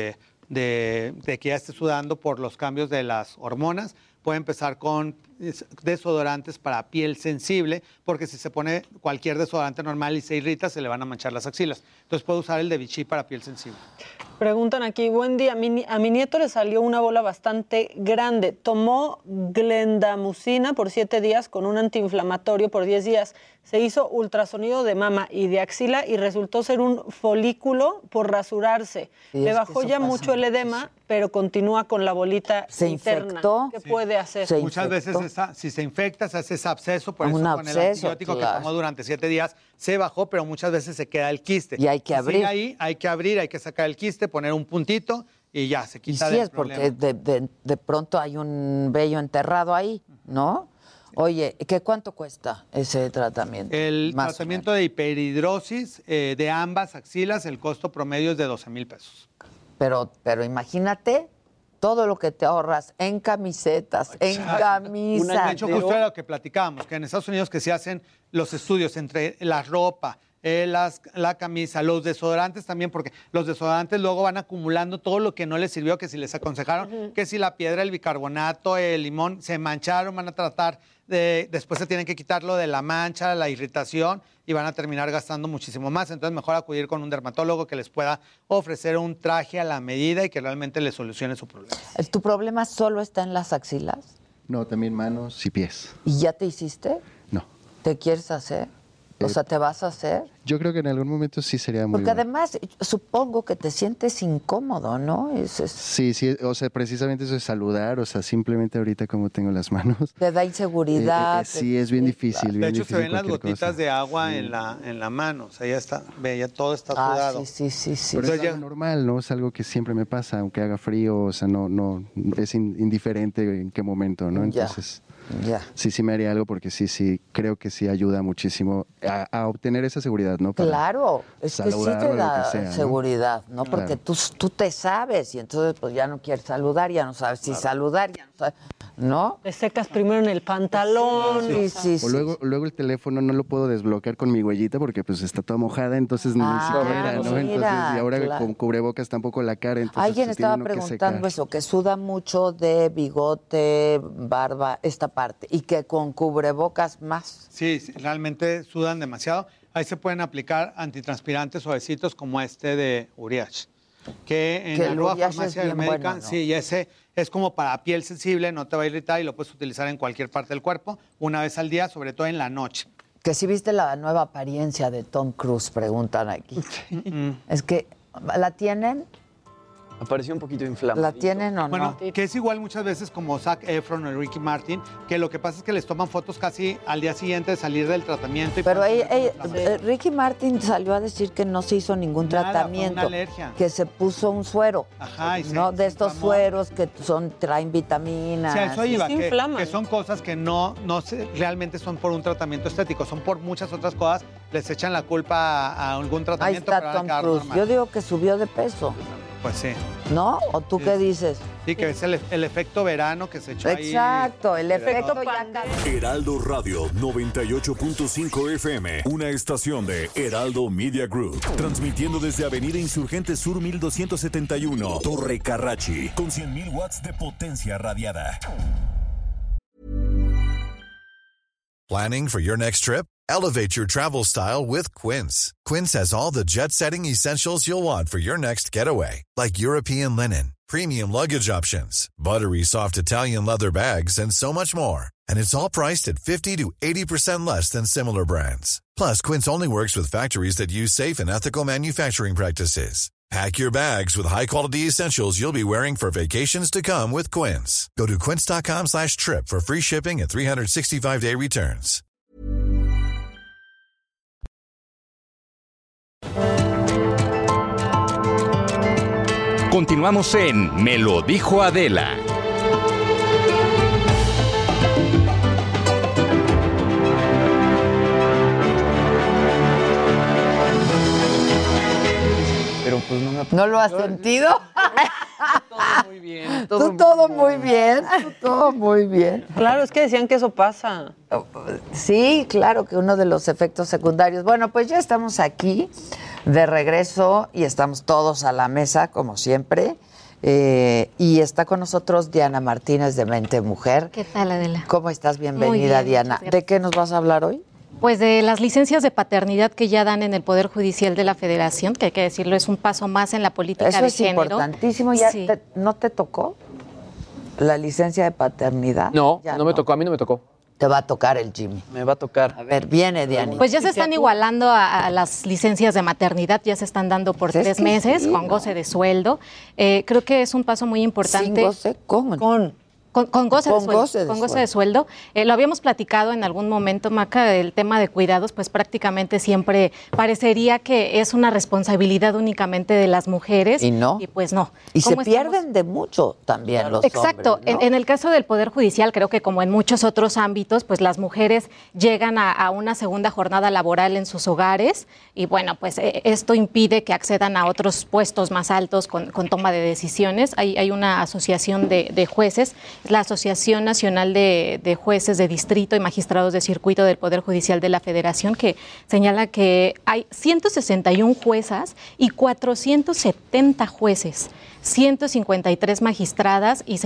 que ya esté sudando por los cambios de las hormonas, puede empezar con desodorantes para piel sensible, porque si se pone cualquier desodorante normal y se irrita, se le van a manchar las axilas. Entonces puede usar el de Vichy para piel sensible. Preguntan aquí, buen día, a mi nieto le salió una bola bastante grande. Tomó Glendamucina por 7 días con un antiinflamatorio por 10 días. Se hizo ultrasonido de mama y de axila y resultó ser un folículo por rasurarse. Le bajó ya mucho el edema, pero continúa con la bolita interna. ¿Infectó? ¿Qué puede hacer? Muchas veces si se infecta, se hace ese absceso, por eso con el antibiótico que tomó durante 7 días se bajó, pero muchas veces se queda el quiste. Y hay que abrir. Ahí, hay que abrir, hay que sacar el quiste, poner un puntito y ya se quita. Y sí, es porque de pronto hay un vello enterrado ahí, ¿no? Oye, ¿cuánto cuesta ese tratamiento? El tratamiento de hiperhidrosis de ambas axilas, el costo promedio es de 12,000 pesos. Pero imagínate todo lo que te ahorras en camisetas, en camisas. De hecho, justo era lo que platicábamos, que en Estados Unidos que se hacen los estudios entre la ropa, la camisa, los desodorantes también, porque los desodorantes luego van acumulando todo lo que no les sirvió, que si les aconsejaron, que si la piedra, el bicarbonato, el limón, se mancharon, van a tratar después se tienen que quitarlo de la mancha, la irritación, y van a terminar gastando muchísimo más. Entonces, mejor acudir con un dermatólogo que les pueda ofrecer un traje a la medida y que realmente les solucione su problema. ¿Tu problema solo está en las axilas? No, también manos y pies. ¿Y ya te hiciste? No. ¿Te quieres hacer? O sea, ¿te vas a hacer? Yo creo que en algún momento sí sería muy Porque bueno. además, supongo que te sientes incómodo, ¿no? Sí, o sea, precisamente eso es saludar, o sea, simplemente ahorita como tengo las manos. Te da inseguridad. Sí, es bien difícil. De hecho, se ven las gotitas de agua en la mano, o sea, ya está, ya todo está sudado. Sí. Pero es algo normal, ¿no? Es algo que siempre me pasa, aunque haga frío, o sea, no es indiferente en qué momento, ¿no? Entonces... Ya. Sí me haría algo porque sí, creo que sí ayuda muchísimo a obtener esa seguridad, ¿no? Para claro, es que sí te da seguridad, ¿no? Claro. Porque tú te sabes y entonces pues ya no quieres saludar, ya no sabes si saludar, ya no sabes, ¿no? Te secas primero en el pantalón. Sí. O luego el teléfono no lo puedo desbloquear con mi huellita porque pues está toda mojada, entonces ni siquiera, ¿no? Entonces, y ahora con cubrebocas tampoco la cara, entonces alguien estaba preguntando eso, que suda mucho de bigote, barba, esta parte, y que con cubrebocas más. Sí, realmente sudan demasiado. Ahí se pueden aplicar antitranspirantes suavecitos como este de Uriach, que en la nueva farmacia del médica, bueno, ¿no? Sí, y ese es como para piel sensible, no te va a irritar y lo puedes utilizar en cualquier parte del cuerpo, una vez al día, sobre todo en la noche. Que si viste la nueva apariencia de Tom Cruise, preguntan aquí. Es que, ¿la tienen? Apareció un poquito inflamado. ¿La tienen o no? Bueno, que es igual muchas veces como Zac Efron o Ricky Martin, que lo que pasa es que les toman fotos casi al día siguiente de salir del tratamiento. Pero Ricky Martin salió a decir que no se hizo ningún tratamiento. Fue una alergia. Que se puso un suero. Ajá. ¿no? De estos sueros que traen vitaminas. Sí, eso iba, que son cosas que no realmente son por un tratamiento estético, son por muchas otras cosas. Les echan la culpa a algún tratamiento. Ahí está Tom Cruise. Yo digo que subió de peso. Pues sí. ¿No? ¿O tú qué dices? Sí, que es el efecto verano que se echó ahí. Exacto, el efecto Heraldo Radio 98.5 FM, una estación de Heraldo Media Group, transmitiendo desde Avenida Insurgente Sur 1271, Torre Carrachi, con 100,000 watts de potencia radiada. Planning for your next trip? Elevate your travel style with Quince. Quince has all the jet-setting essentials you'll want for your next getaway, like European linen, premium luggage options, buttery soft Italian leather bags, and so much more. And it's all priced at 50 to 80% less than similar brands. Plus, Quince only works with factories that use safe and ethical manufacturing practices. Pack your bags with high-quality essentials you'll be wearing for vacations to come with Quince. Go to quince.com/trip for free shipping and 365-day returns. Continuamos en Me lo dijo Adela. Pero pues ¿No lo has sentido? Todo muy bien. Todo muy bien. Todo muy bien. Claro, es que decían que eso pasa. Sí, claro que uno de los efectos secundarios. Bueno, pues ya estamos aquí de regreso y estamos todos a la mesa, como siempre. Y está con nosotros Diana Martínez de Mente Mujer. ¿Qué tal, Adela? ¿Cómo estás? Bienvenida, Bien, Diana. ¿De qué nos vas a hablar hoy? Pues de las licencias de paternidad que ya dan en el Poder Judicial de la Federación, que hay que decirlo, es un paso más en la política Eso de es género. Importantísimo. ¿Ya Sí. no te tocó la licencia de paternidad? No, Ya no me tocó, a mí no me tocó. Te va a tocar el Jimmy. Me va a tocar. A ver, viene, Diana. Pues ya se están igualando a las licencias de maternidad, ya se están dando por Pues es 3 que meses, sí, con ¿no? goce de sueldo. Creo que es un paso muy importante. Sin goce, Con goce Con de sueldo. goce de Con goce de sueldo. Lo habíamos platicado en algún momento, Maca, el tema de cuidados, pues prácticamente siempre parecería que es una responsabilidad únicamente de las mujeres. Y no. Y pues no. Y se ¿Cómo pierden de mucho también los Exacto. hombres, ¿no? En el caso del Poder Judicial, creo que como en muchos otros ámbitos, pues las mujeres llegan a una segunda jornada laboral en sus hogares y bueno, pues esto impide que accedan a otros puestos más altos con toma de decisiones. Hay una asociación de jueces, la Asociación Nacional de Jueces de Distrito y Magistrados de Circuito del Poder Judicial de la Federación, que señala que hay 161 juezas y 470 jueces, 153 magistradas y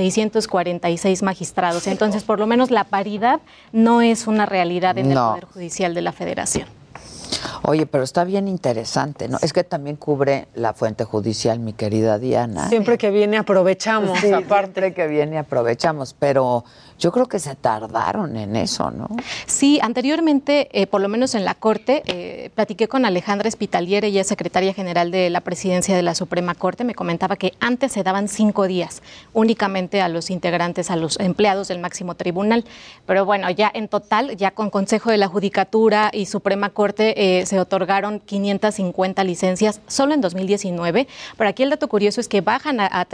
646 magistrados. Entonces, por lo menos la paridad no es una realidad en el Poder Judicial de la Federación. Oye, pero está bien interesante, ¿no? Es que también cubre la fuente judicial, mi querida Diana. Siempre que viene aprovechamos. Sí, siempre que viene aprovechamos, pero yo creo que se tardaron en eso, ¿no? Sí, anteriormente, por lo menos en la Corte, platiqué con Alejandra Espitalier, ella es secretaria general de la Presidencia de la Suprema Corte, me comentaba que antes se daban 5 días únicamente a los integrantes, a los empleados del máximo tribunal, pero bueno, ya en total, ya con Consejo de la Judicatura y Suprema Corte, se otorgaron 550 licencias solo en 2019, pero aquí el dato curioso es que bajan a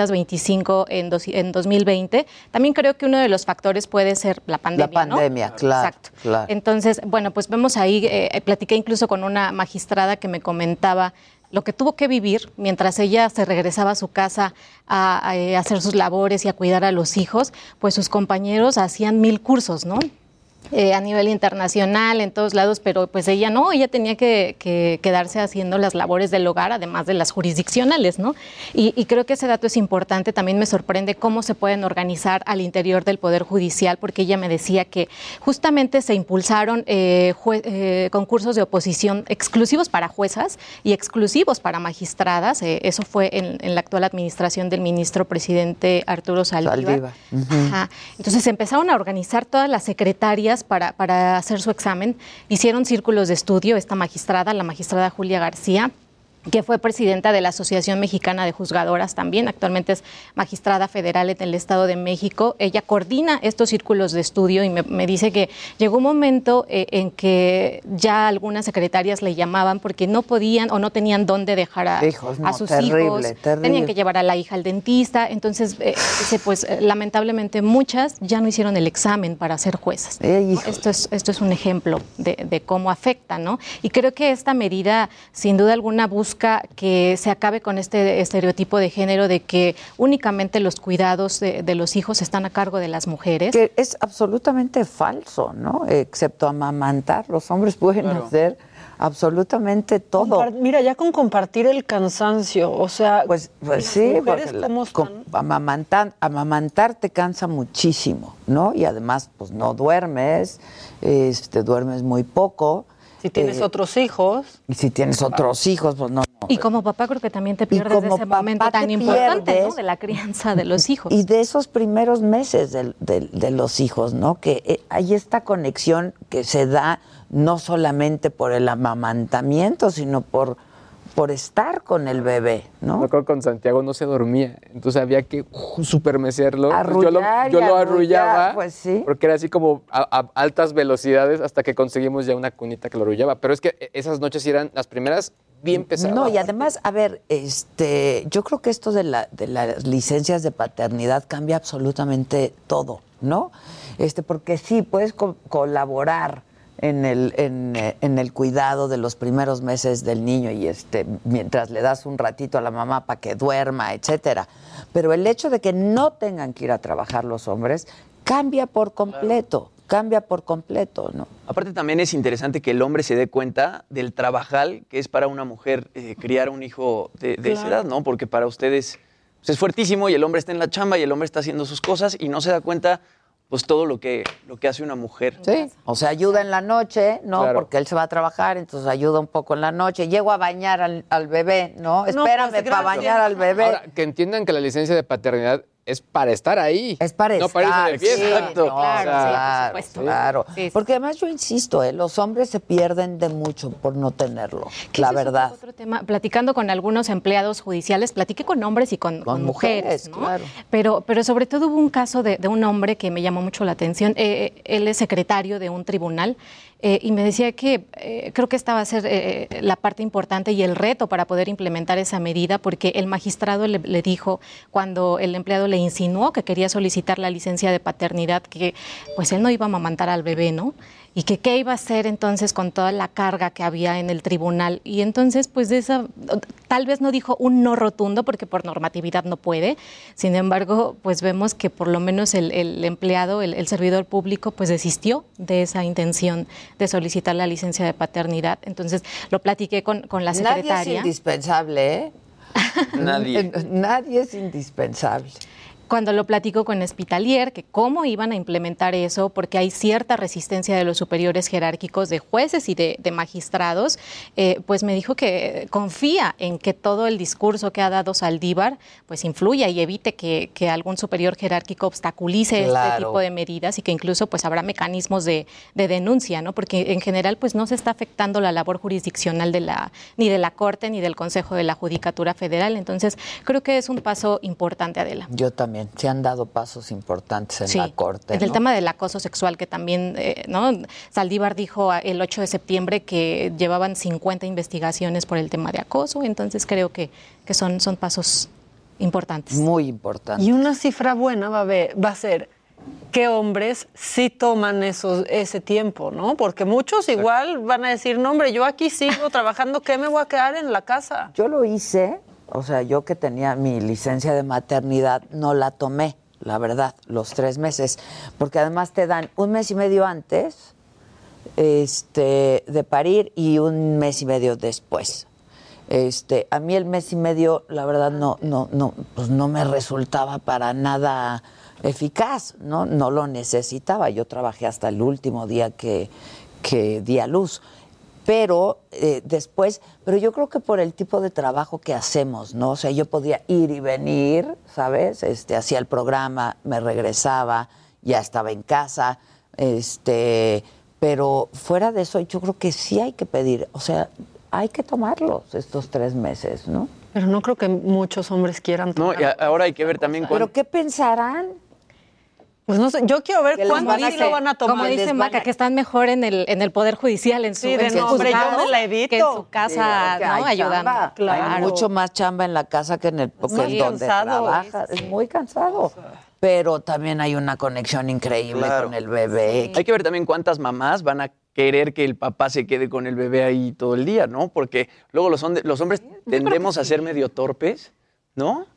325 en 2020. También creo que uno de los factores puede ser la pandemia, La pandemia, ¿no? claro. Exacto. Claro. Entonces, bueno, pues vemos ahí, platiqué incluso con una magistrada que me comentaba lo que tuvo que vivir mientras ella se regresaba a su casa a hacer sus labores y a cuidar a los hijos, pues sus compañeros hacían 1000 cursos, ¿no? A nivel internacional, en todos lados, pero pues ella no, ella tenía que quedarse haciendo las labores del hogar, además de las jurisdiccionales, ¿no? Y creo que ese dato es importante. También me sorprende cómo se pueden organizar al interior del Poder Judicial, porque ella me decía que justamente se impulsaron concursos de oposición exclusivos para juezas y exclusivos para magistradas. Eso fue en la actual administración del ministro presidente Arturo Saldívar. Ajá. Entonces empezaron a organizar todas las secretarias para hacer su examen. Hicieron círculos de estudio esta magistrada, la magistrada Julia García, que fue presidenta de la Asociación Mexicana de Juzgadoras también, actualmente es magistrada federal en el Estado de México. Ella coordina estos círculos de estudio y me dice que llegó un momento en que ya algunas secretarias le llamaban porque no podían o no tenían dónde dejar a sus terrible, hijos, terrible. Tenían que llevar a la hija al dentista, entonces dice, pues lamentablemente muchas ya no hicieron el examen para ser juezas. Esto es un ejemplo de cómo afecta, ¿no? Y creo que esta medida, sin duda alguna, busca que se acabe con este estereotipo de género de que únicamente los cuidados de los hijos están a cargo de las mujeres. Que es absolutamente falso, ¿no? Excepto amamantar, los hombres pueden hacer absolutamente todo. Mira, ya con compartir el cansancio, o sea, pues sí, mujeres, ¿cómo están? Amamantar te cansa muchísimo, ¿no? Y además, pues no duermes, duermes muy poco. Si tienes otros hijos. Y si tienes otros hijos, pues no. Y como papá creo que también te pierdes de ese momento tan importante, ¿no? De la crianza de los hijos. Y de esos primeros meses de los hijos, ¿no? Que hay esta conexión que se da no solamente por el amamantamiento, sino por estar con el bebé, ¿no? Me acuerdo con Santiago no se dormía, entonces había que supermecerlo. Arrullar, yo lo arrullaba, pues sí. Porque era así como a altas velocidades hasta que conseguimos ya una cunita que lo arrullaba. Pero es que esas noches eran las primeras bien pesadas. No, y además, a ver, yo creo que esto de las licencias de paternidad cambia absolutamente todo, ¿no? Porque sí, puedes colaborar en el cuidado de los primeros meses del niño y mientras le das un ratito a la mamá para que duerma, etcétera. Pero el hecho de que no tengan que ir a trabajar los hombres cambia por completo. Cambia por completo, ¿no? Aparte también es interesante que el hombre se dé cuenta del trabajal que es para una mujer criar un hijo de esa edad, ¿no? Porque para ustedes pues, es fuertísimo y el hombre está en la chamba y el hombre está haciendo sus cosas y no se da cuenta pues todo lo que hace una mujer. Sí, o sea, ayuda en la noche, ¿no? Claro. Porque él se va a trabajar, entonces ayuda un poco en la noche. Llego a bañar al bebé, ¿no? Espérame pues, para bañar al bebé. Ahora, que entiendan que la licencia de paternidad es para estar ahí. Es para no estar. para irse de fiesta. Sí, Exacto. no, Claro, claro, por supuesto. claro. Sí. Porque además yo insisto, los hombres se pierden de mucho por no tenerlo, la verdad. Otro tema, platicando con algunos empleados judiciales, platiqué con hombres y con mujeres, ¿no? Claro. Pero sobre todo hubo un caso de un hombre que me llamó mucho la atención. Él es secretario de un tribunal y me decía que creo que esta va a ser la parte importante y el reto para poder implementar esa medida, porque el magistrado le dijo, cuando el empleado le insinuó que quería solicitar la licencia de paternidad, que pues él no iba a amamantar al bebé, ¿no? Y que qué iba a hacer entonces con toda la carga que había en el tribunal. Y entonces, pues tal vez no dijo un no rotundo, porque por normatividad no puede. Sin embargo, pues vemos que por lo menos el empleado, el servidor público, pues desistió de esa intención de solicitar la licencia de paternidad. Entonces, lo platiqué con la secretaria. Nadie es indispensable, ¿eh? Nadie es indispensable. Cuando lo platico con Espitalier, que cómo iban a implementar eso, porque hay cierta resistencia de los superiores jerárquicos, de jueces y de magistrados, pues me dijo que confía en que todo el discurso que ha dado Saldívar pues influya y evite que algún superior jerárquico obstaculice este tipo de medidas y que incluso pues habrá mecanismos de denuncia, ¿no? Porque en general pues no se está afectando la labor jurisdiccional ni de la Corte ni del Consejo de la Judicatura Federal. Entonces creo que es un paso importante, Adela. Yo también. Se han dado pasos importantes en la Corte. En el tema del acoso sexual, que también, ¿no? Saldívar dijo el 8 de septiembre que llevaban 50 investigaciones por el tema de acoso, entonces creo que son pasos importantes. Muy importantes. Y una cifra buena va a ser que hombres sí toman ese tiempo, ¿no? Porque muchos igual van a decir, no, hombre, yo aquí sigo trabajando, ¿qué me voy a quedar en la casa? Yo lo hice. O sea, yo que tenía mi licencia de maternidad, no la tomé, la verdad, los 3 meses. Porque además te dan 1 mes y medio antes de parir y 1 mes y medio después. A mí el mes y medio, la verdad, pues no me resultaba para nada eficaz, ¿no? No lo necesitaba. Yo trabajé hasta el último día que di a luz. Pero pero yo creo que por el tipo de trabajo que hacemos, ¿no? O sea, yo podía ir y venir, ¿sabes? Hacía el programa, me regresaba, ya estaba en casa, pero fuera de eso, yo creo que sí hay que pedir, o sea, hay que tomarlos estos 3 meses, ¿no? Pero no creo que muchos hombres quieran tomar. No, y ahora hay que ver también ¿Pero qué pensarán? Pues no sé, yo quiero ver cuándo sí lo van a tomar. Como dice Maca, que están mejor en el Poder Judicial, en su hombre, yo me la evito. que en su casa, Sí, ¿no? Ayudando. Claro. Hay mucho más chamba en la casa que en donde trabajas. Es muy cansado. Pero también hay una conexión increíble con el bebé. Hay que ver también cuántas mamás van a querer que el papá se quede con el bebé ahí todo el día, ¿no? Porque luego los hombres tendemos a ser medio torpes, ¿no?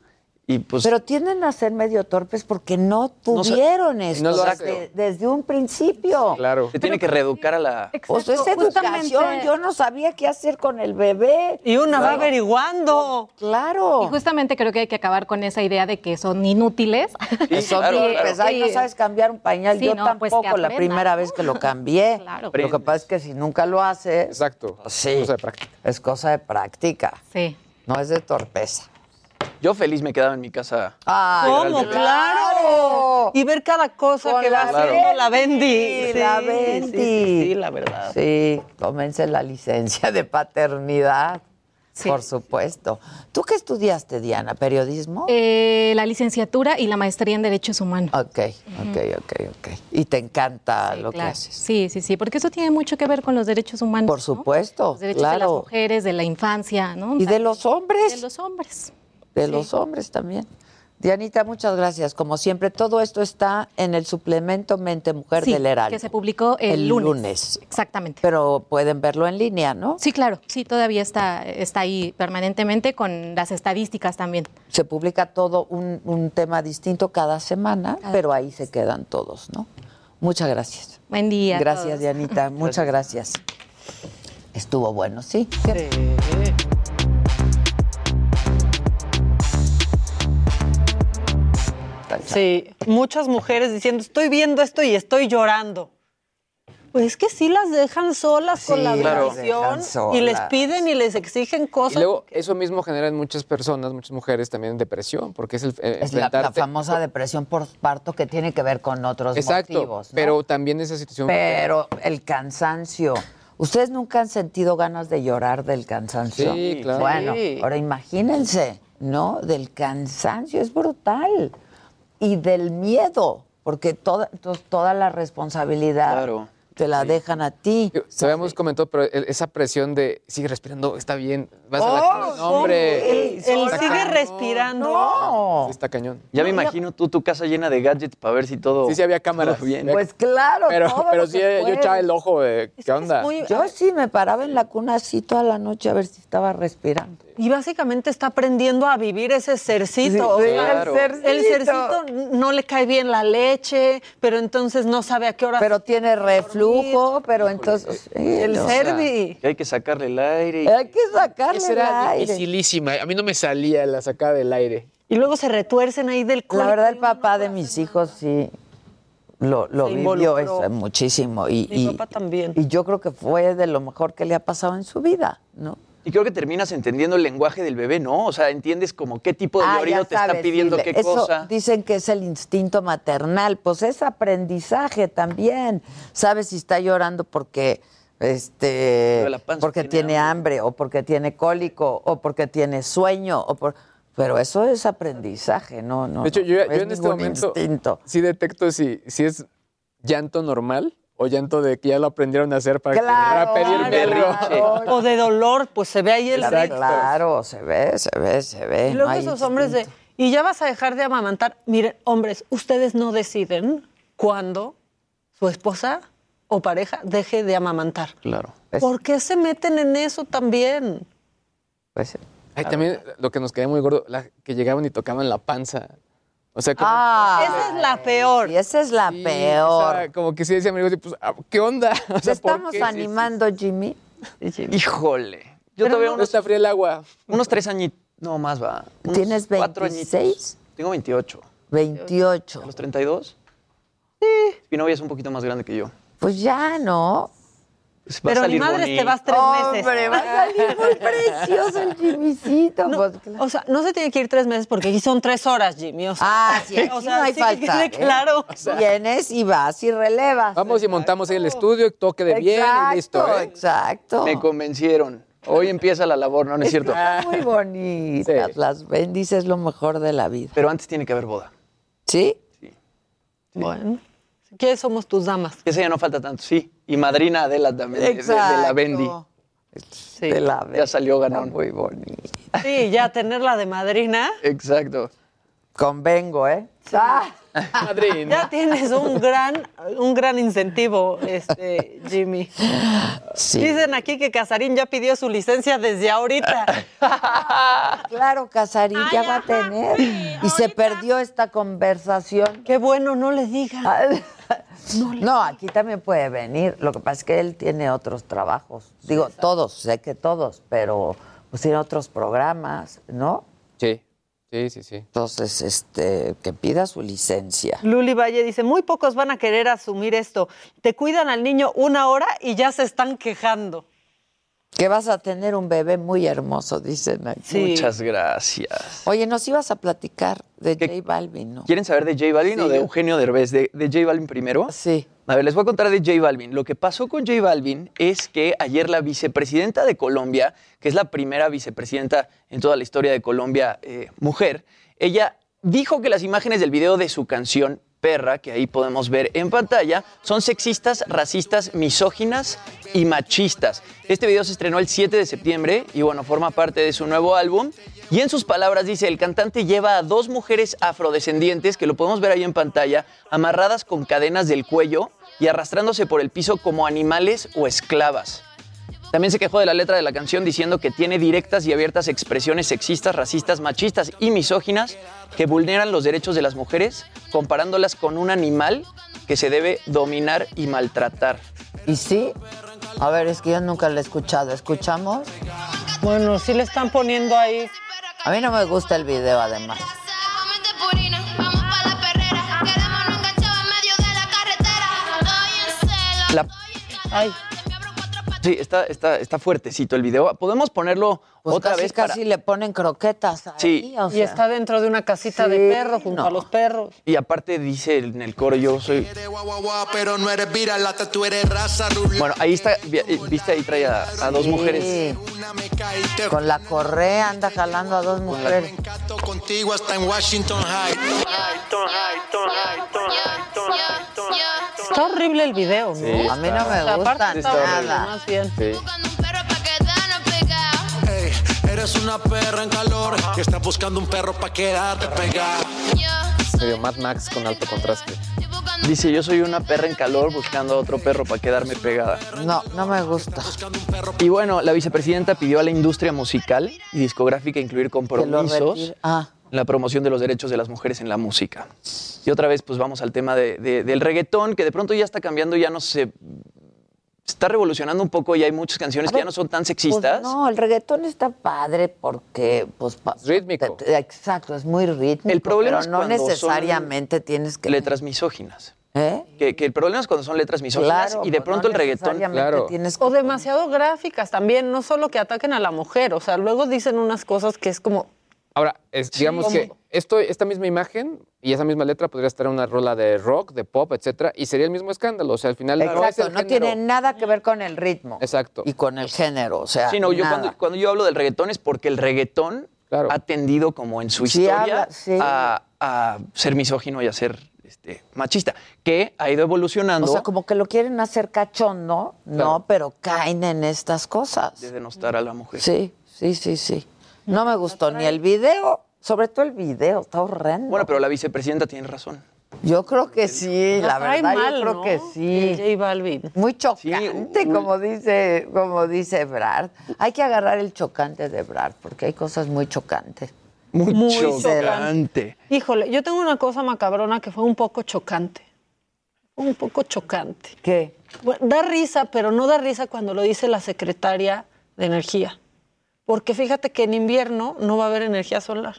Y pues, pero tienden a ser medio torpes porque no tuvieron esto desde un principio. Claro. Se tiene que reeducar a la... Pues es educación, yo no sabía qué hacer con el bebé. Y una va averiguando. Claro. Y justamente creo que hay que acabar con esa idea de que son inútiles. Sí, son torpes. Ay, no sabes cambiar un pañal. Sí, yo no, tampoco pues la primera vez que lo cambié. Claro. Lo que pasa es que si nunca lo haces... Exacto. Sí. Es cosa de práctica. Es cosa de práctica. Sí. No es de torpeza. Yo feliz me quedaba en mi casa. ¿Cómo? ¡Claro! Y ver cada cosa que va haciendo la Bendy. Sí, la Bendy. Sí, la verdad. Sí, tómense la licencia de paternidad. Sí. Por supuesto. ¿Tú qué estudiaste, Diana? ¿Periodismo? La licenciatura y la maestría en Derechos Humanos. Ok. ¿Y te encanta lo que haces? Sí, porque eso tiene mucho que ver con los derechos humanos. Por supuesto, Los derechos de las mujeres, de la infancia, ¿no? Y de los hombres. De los hombres. De los hombres también. Dianita, muchas gracias. Como siempre, todo esto está en el suplemento Mente Mujer del Heraldo. Que se publicó el lunes. Exactamente. Pero pueden verlo en línea, ¿no? Sí, claro. Sí, todavía está ahí permanentemente con las estadísticas también. Se publica todo un tema distinto cada semana, pero ahí se quedan todos, ¿no? Muchas gracias. Buen día. Gracias, Dianita. Muchas gracias. Estuvo bueno, ¿sí? Sí, muchas mujeres diciendo, estoy viendo esto y estoy llorando. Pues es que sí las dejan solas con la televisión y les piden y les exigen cosas. Y luego eso mismo genera en muchas personas, muchas mujeres también depresión, porque es es la famosa depresión postparto que tiene que ver con otros motivos, ¿no? Pero también esa situación... Pero el cansancio... ¿Ustedes nunca han sentido ganas de llorar del cansancio? Sí, claro. Bueno, ahora imagínense, ¿no? Del cansancio, es brutal. Y del miedo, porque toda la responsabilidad te la dejan a ti. Se habíamos comentado, pero esa presión de sigue respirando, está bien, vas a la... No, hombre. Él sigue respirando. No. Sí, está cañón. Ya me imagino tu casa llena de gadgets para ver si todo... Sí, había cámaras. Bien. Pues claro, pero sí, yo echaba el ojo de ¿qué onda? Yo sí me paraba en la cuna así toda la noche a ver si estaba respirando. Y básicamente está aprendiendo a vivir ese cercito. Sí, claro. El cercito no le cae bien la leche, pero entonces no sabe a qué hora. Pero tiene reflujo, pero entonces... el cervi. Hay que sacarle el aire. Hay que sacarle Esa el era aire. dificilísima. A mí no me salía la sacada del aire. Y luego se retuercen ahí del cuerpo. La verdad, el papá de mis hijos sí lo vivió eso muchísimo. Mi papá también. Y yo creo que fue de lo mejor que le ha pasado en su vida, ¿no? Y creo que terminas entendiendo el lenguaje del bebé, ¿no? O sea, entiendes como qué tipo de llorido te está pidiendo qué cosa. Dicen que es el instinto maternal, pues es aprendizaje también. Sabes si está llorando porque tiene hambre o porque tiene cólico o porque tiene sueño pero eso es aprendendizaje, no. De hecho, yo en este momento instinto. sí detecto si es llanto normal o llanto de que ya lo aprendieron a hacer para pedir berrinche. O de dolor, pues se ve ahí el grito. Claro, se ve. Y luego esos hombres y ya vas a dejar de amamantar. Miren, hombres, ustedes no deciden cuándo su esposa o pareja deje de amamantar. Claro. ¿Por qué se meten en eso también? Pues también lo que nos caía muy gordo, que llegaban y tocaban la panza. O sea, como... esa es la peor. Y esa es la peor. O sea, como que sí decía amigos, pues, ¿qué onda? O sea, estamos animando, Jimmy. Híjole. Yo todavía no está fría el agua. Unos 3 añitos. No, más va. ¿Tienes 26? Tengo 28. 28. ¿A los 32? Sí. Mi novia es un poquito más grande que yo. Pues ya, ¿no? Pues pero ni madres te vas 3 meses. Hombre, va a salir muy precioso el Jimmycito. No, o sea, no se tiene que ir 3 meses porque aquí son 3 horas, Jimmy. O sea, sí, aquí no hay falta. Claro. O sea, vienes y vas y relevas. Vamos y montamos ahí el estudio, toque de bien y listo. Exacto. Me convencieron. Hoy empieza la labor, ¿no es cierto? Muy bonitas. Sí. Las Bendis es lo mejor de la vida. Pero antes tiene que haber boda. ¿Sí? Sí. Bueno. ¿Qué somos tus damas? Esa ya no falta tanto, sí. Y madrina Adela también, de la Bendy. Sí. De la Bendy. Ya salió ganón. Muy bonito. Sí, ya tenerla de madrina. Exacto. Convengo, ¿eh? Madrid. Ya tienes un gran incentivo, Jimmy. Sí. Dicen aquí que Casarín ya pidió su licencia desde ahorita. Claro, Casarín ya va a tener. Y se perdió esta conversación. Qué bueno, no le diga. No, aquí también puede venir. Lo que pasa es que él tiene otros trabajos. Digo, todos, sé que todos, pero pues tiene otros programas, ¿no? Sí. Entonces, que pida su licencia. Luli Valle dice, muy pocos van a querer asumir esto. Te cuidan al niño 1 hora y ya se están quejando. Que vas a tener un bebé muy hermoso, dicen aquí. Sí. Muchas gracias. Oye, nos ibas a platicar de J Balvin, ¿no? ¿Quieren saber de J Balvin o de Eugenio Derbez? ¿De J Balvin primero? Sí. A ver, les voy a contar de J Balvin. Lo que pasó con J Balvin es que ayer la vicepresidenta de Colombia, que es la primera vicepresidenta en toda la historia de Colombia, mujer, ella dijo que las imágenes del video de su canción Perra, que ahí podemos ver en pantalla, son sexistas, racistas, misóginas y machistas. Este video se estrenó el 7 de septiembre y bueno, forma parte de su nuevo álbum. Y en sus palabras dice, el cantante lleva a 2 mujeres afrodescendientes, que lo podemos ver ahí en pantalla, amarradas con cadenas del cuello y arrastrándose por el piso como animales o esclavas. También se quejó de la letra de la canción diciendo que tiene directas y abiertas expresiones sexistas, racistas, machistas y misóginas que vulneran los derechos de las mujeres, comparándolas con un animal que se debe dominar y maltratar. ¿Y sí? A ver, es que yo nunca la he escuchado. ¿Escuchamos? Bueno, sí le están poniendo ahí. A mí no me gusta el video, además. Ay. Sí, está fuertecito el video. ¿Podemos ponerlo pues otra vez? Casi le ponen croquetas ahí, sí. O sea. Y está dentro de una casita de perro junto a los perros. Y aparte dice en el coro, yo soy... Bueno, ahí está, viste, ahí trae a 2 mujeres. Con la correa anda jalando a 2 mujeres. Está horrible el video, ¿no? Sí, a mí no me gusta nada. Más bien. Sí. Eres una perra en calor que está buscando un perro para quedarte pegada. Medio Mad Max con alto contraste. Dice, yo soy una perra en calor buscando a otro perro para quedarme pegada. No me gusta. Y bueno, la vicepresidenta pidió a la industria musical y discográfica incluir compromisos en la promoción de los derechos de las mujeres en la música. Y otra vez, pues vamos al tema del reggaetón, que de pronto ya está cambiando, ya no se... Está revolucionando un poco y hay muchas canciones que ya no son tan sexistas. Pues no, el reggaetón está padre porque... pues rítmico. Exacto, es muy rítmico. El problema pero no necesariamente tienes que... Letras misóginas. ¿Eh? Que el problema es cuando son letras misóginas, claro, y de pronto el reggaetón... Claro. O demasiado gráficas también, no solo que ataquen a la mujer, o sea, luego dicen unas cosas que es como... Ahora, digamos que esta misma imagen y esa misma letra podría estar en una rola de rock, de pop, etcétera, y sería el mismo escándalo. O sea, al final exacto, no tiene nada que ver con el ritmo. Exacto. Y con el género, o sea, sí, no, yo cuando yo hablo del reggaetón es porque el reggaetón ha tendido como en su historia a ser misógino y a ser machista, que ha ido evolucionando. O sea, como que lo quieren hacer cachondo, no, pero caen en estas cosas. De denostar a la mujer. Sí. No me gustó ni el video, sobre todo el video, está horrendo. Bueno, pero la vicepresidenta tiene razón. Yo creo que sí, la verdad, yo creo que sí. J Balvin. Muy chocante, como dice Ebrard. Hay que agarrar el chocante de Ebrard, porque hay cosas muy chocantes. Muy chocante. Híjole, yo tengo una cosa macabrona que fue un poco chocante. Un poco chocante. ¿Qué? Bueno, da risa, pero no da risa cuando lo dice la secretaria de Energía. Porque fíjate que en invierno no va a haber energía solar.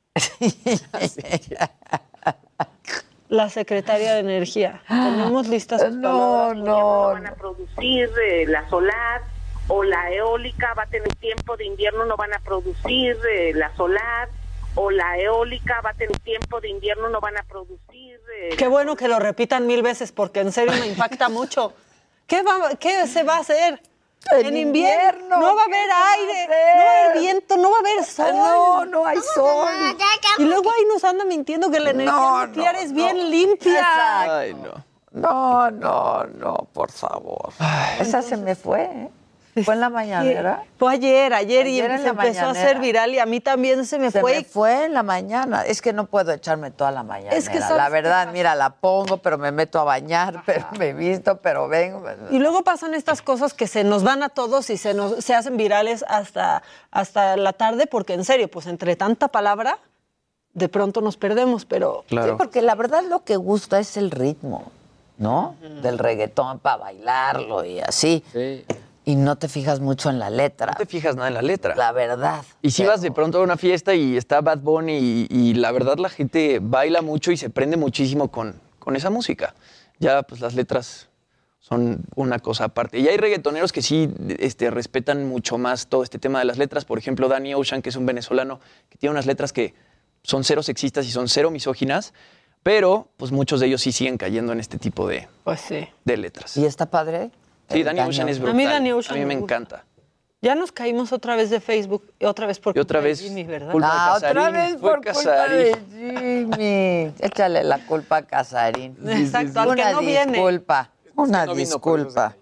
La secretaria de Energía. Tenemos listas sus palabras. No van a producir la solar o la eólica va a tener tiempo de invierno, no van a producir la solar o la eólica va a tener tiempo de invierno, no van a producir. Qué bueno que lo repitan 1000 veces porque en serio me impacta mucho. ¿Qué se va a hacer? En invierno no va a haber aire, no va a haber viento, no va a haber sol. No hay sol. Y luego ahí nos anda mintiendo que la energía nuclear es bien limpia. Ay, no. No, por favor. Esa se me fue. ¿Fue en la mañanera? Fue ayer y en se la empezó a hacer mañanera. viral y a mí también se me fue. Me fue en la mañana. Es que no puedo echarme toda la mañana. Es que la verdad, mira, la pongo, pero me meto a bañar, pero me visto, pero vengo. Y luego pasan estas cosas que se nos van a todos y se hacen virales hasta la tarde, porque en serio, pues entre tanta palabra, de pronto nos perdemos, pero... Claro. Sí, porque la verdad lo que gusta es el ritmo, ¿no? Del reggaetón para bailarlo y así. Sí. Y no te fijas mucho en la letra. No te fijas nada en la letra. La verdad. Y si vas de pronto a una fiesta y está Bad Bunny y la verdad la gente baila mucho y se prende muchísimo con esa música. Ya pues las letras son una cosa aparte. Y hay reggaetoneros que sí respetan mucho más todo este tema de las letras. Por ejemplo, Danny Ocean, que es un venezolano que tiene unas letras que son cero sexistas y son cero misóginas, pero pues muchos de ellos sí siguen cayendo en este tipo de letras. ¿Y está padre? Sí, Danny Ocean es brutal. A mí Danny Ocean a mí me gusta. encanta. Ya nos caímos otra vez de Facebook, otra vez por culpa de Jimmy, ¿verdad? Otra vez por culpa de Jimmy. Échale la culpa a Casarín. Exacto, al que no viene. Una disculpa.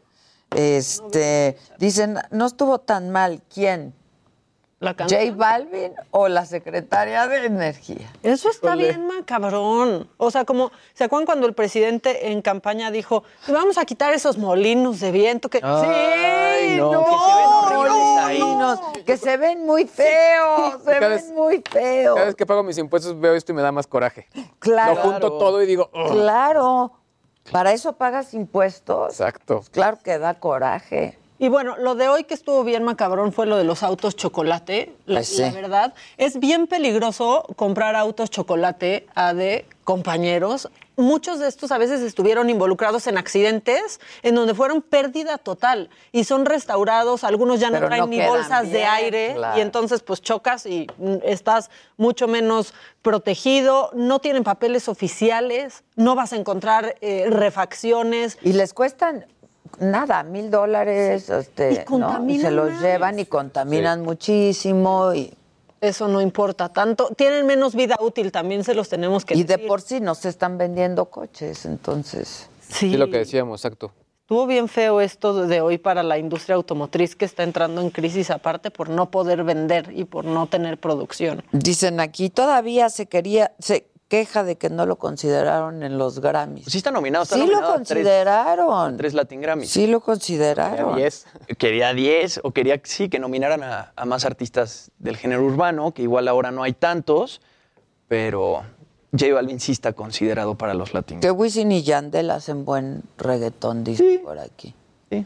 Dicen, no estuvo tan mal. ¿Quién? ¿La J Balvin o la secretaria de Energía? Eso está bien macabrón. O sea, como, ¿se acuerdan cuando el presidente en campaña dijo, vamos a quitar esos molinos de viento? Que... Ay, sí, no, no, que se ven horribles ahí. Molinos, que se ven muy feos, muy feos. Cada vez que pago mis impuestos veo esto y me da más coraje. Claro. Lo junto todo y digo... "Ugh". Claro. ¿Para eso pagas impuestos? Exacto. Claro que da coraje. Y bueno, lo de hoy que estuvo bien macabrón fue lo de los autos chocolate. La verdad, es bien peligroso comprar autos chocolate de compañeros. Muchos de estos a veces estuvieron involucrados en accidentes en donde fueron pérdida total y son restaurados, algunos ya no traen ni bolsas de aire y entonces pues chocas y estás mucho menos protegido, no tienen papeles oficiales, no vas a encontrar refacciones. Y les cuestan... Nada, $1,000, ¿no? Y se los llevan y contaminan muchísimo. Y eso no importa tanto. Tienen menos vida útil, también se los tenemos que decir. Y de por sí no se están vendiendo coches, entonces... Sí, lo que decíamos, exacto. Estuvo bien feo esto de hoy para la industria automotriz que está entrando en crisis aparte por no poder vender y por no tener producción. Dicen aquí, todavía se queja de que no lo consideraron en los Grammys. Pues sí está nominado. Sí lo consideraron. 3 Latin Grammys. Sí lo consideraron. Quería 10 o quería, sí, que nominaran a más artistas del género urbano, que igual ahora no hay tantos, pero J Balvin sí está considerado para los Latin. Que Wisin y Yandel hacen buen reggaetón, dice por aquí. Sí.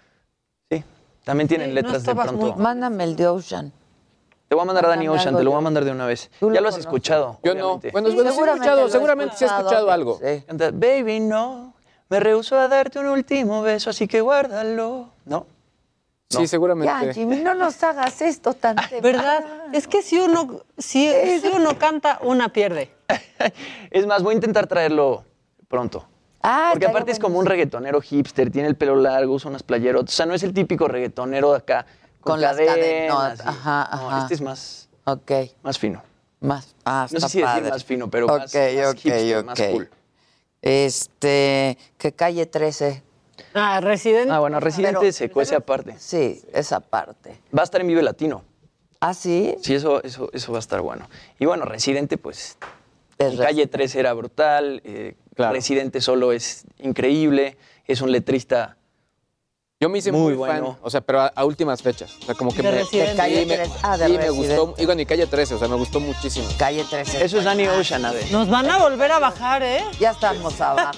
También tienen letras de pronto. Mándame el de Ocean. Te voy a mandar a Danny Ocean, te lo voy a mandar de una vez. Ya lo has escuchado. Yo no. Bueno, seguramente sí he escuchado algo. Canta, baby, no, me rehúso a darte un último beso, así que guárdalo. ¿No? Sí, seguramente. Ya, Jimmy, no nos hagas esto tan ¿verdad? Es que si uno canta, una pierde. Es más, voy a intentar traerlo pronto. Porque aparte es como un reggaetonero hipster, tiene el pelo largo, usa unas playerotas. O sea, no es el típico reggaetonero de acá. Con las cadenas. Ajá. Este es más, más fino. Más, no sé si decir más fino, pero más hipster, más cool. Que Calle 13. Residente. Bueno, Residente se cuece aparte. Sí, esa parte. Va a estar en Vive Latino. ¿Ah, sí? Sí, eso va a estar bueno. Y bueno, Residente, pues, Calle 13 era brutal. Residente solo es increíble. Es un letrista. Yo me hice muy fan, o sea, pero a últimas fechas. O sea, como que de Calle 13. Me gustó. Y bueno, y Calle 13, o sea, me gustó muchísimo. Calle 13. Eso es Danny Ocean, Ade. Nos van a volver a bajar, ¿eh? Ya estamos abajo.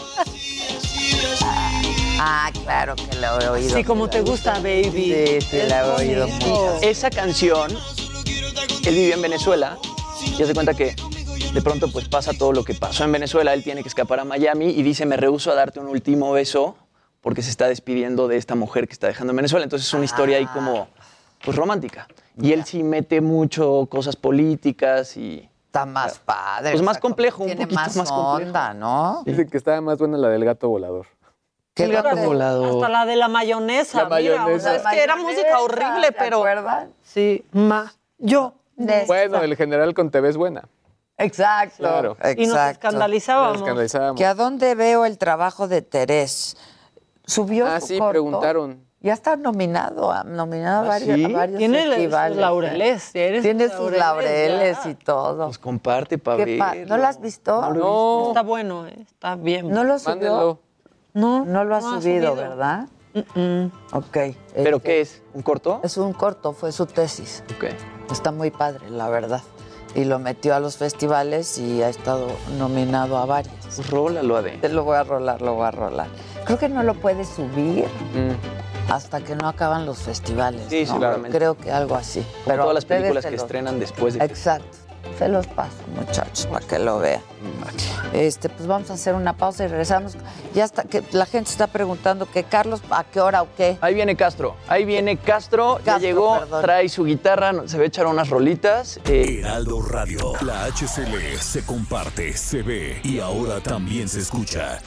Claro que la he oído. Sí, como te gusta, baby. Sí, la he oído mucho. Esa canción, él vivió en Venezuela y hace cuenta que de pronto pues pasa todo lo que pasó en Venezuela. Él tiene que escapar a Miami y dice, me rehúso a darte un último beso porque se está despidiendo de esta mujer que está dejando en Venezuela. Entonces es una historia ahí como, pues, romántica. Y él sí mete mucho cosas políticas y... Está más padre. Pues más complejo, un poquito más complejo. Onda, ¿no? Dicen que estaba más buena la del gato volador. ¿Qué gato volador? Hasta la de la mayonesa. La mayonesa. Mira, o sea, es que era música horrible, pero... ¿Te acuerdas? Sí, Bueno, el general con TV es buena. Exacto. Claro. Y nos escandalizábamos. ¿Que a dónde veo el trabajo de Terés? ¿Subió su sí, corto? preguntaron. Ya está nominado a varios, ¿sí? a varios Tiene festivales. sus laureles. Tiene sus laureles ya. y todo. Pues comparte para ver. ¿No lo has visto? No. Está bueno, está bien. ¿No lo subió? No. No lo ha subido, ¿verdad? Ok. ¿Pero qué es? ¿Un corto? Es un corto, fue su tesis. Ok. Está muy padre, la verdad. Y lo metió a los festivales y ha estado nominado a varios. Pues rólalo, Ade. Te lo voy a rolar. Creo que no lo puedes subir hasta que no acaban los festivales. Sí, ¿no? seguramente. Creo que algo así. Como Pero todas las ustedes películas que estrenan después de... Exacto. Se los paso, muchachos, para que lo vean. Pues vamos a hacer una pausa y regresamos. Ya está, que la gente está preguntando que Carlos, ¿a qué hora o qué? Ahí viene Castro, ya llegó, perdón. trae su guitarra, se va a echar unas rolitas. Heraldo Radio, la HCL se comparte, se ve y ahora también se escucha.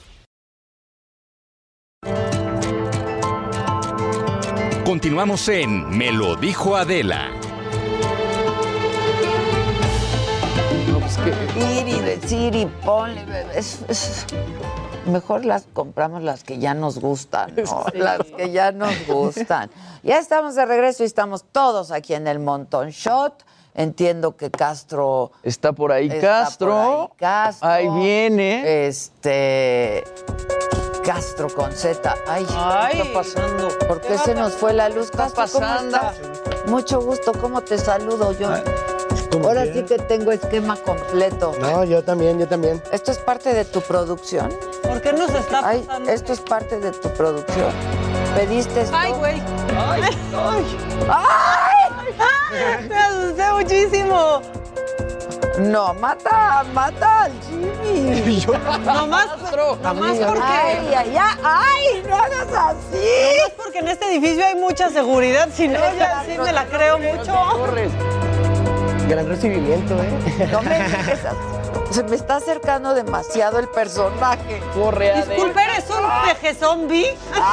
Continuamos en Me lo dijo Adela. Siri, ponle, mejor las compramos las que ya nos gustan, ¿no? Sí. Las que ya nos gustan. Ya estamos de regreso y estamos todos aquí en el Montón Shot. Entiendo que Castro... Está por ahí Castro. Ahí viene. Castro con Z. Ay, ¿qué está pasando? ¿Por qué se nos fue la luz? ¿Qué está Castro, ¿cómo pasando? estás? Mucho gusto, ¿cómo te saludo yo? Ahora sí que tengo esquema completo. No, yo también. ¿Esto es parte de tu producción? ¿Por qué nos está pasando? Esto es parte de tu producción. ¿Pediste esto? ¡Ay, güey! ¡Ay! ¡Me asusté muchísimo! No, mata al Jimmy. Nomás porque... ¡Ay! ¡No hagas así! Nomás porque en este edificio hay mucha seguridad, si no, ya sí me la creo mucho. Gran recibimiento, No me digas así. Se me está acercando demasiado el personaje. Disculpe, ¿eres un peje zombie?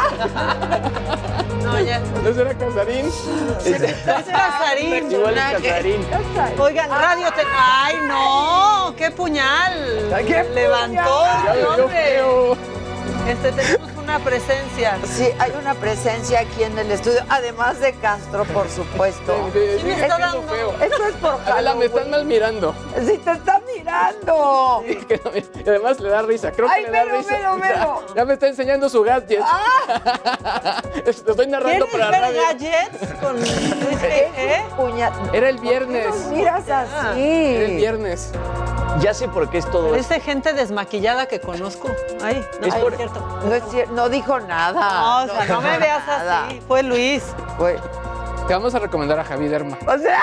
No, ya. ¿No será Casarín? Ese era Casarín. Igual es Casarín. Oigan, radio... ¡Ay, no! ¡Qué puñal! ¡Qué levantó puñal! este hombre! Tenemos una presencia. Sí, hay una presencia aquí en el estudio, además de Castro, por supuesto. Sí, me está dando feo. Esto es por Adela, Halloween. me están mal mirando. Sí, te está mirando. Sí, que no, y además le da risa. Creo Ay, que le da risa. mero. Ya me está enseñando su gadget. Lo estoy narrando para la radio. gadgets con Luis G.? Era el viernes. ¿Por qué nos miras así? Era el viernes. Ya sé por qué es todo esto. Parece gente desmaquillada que conozco. Ay, no, Es ay, por- es cierto. No es cierto, no dijo nada. No, o sea, no me dijo veas nada. así. Fue Luis. Te vamos a recomendar a Javi Derma. O sea,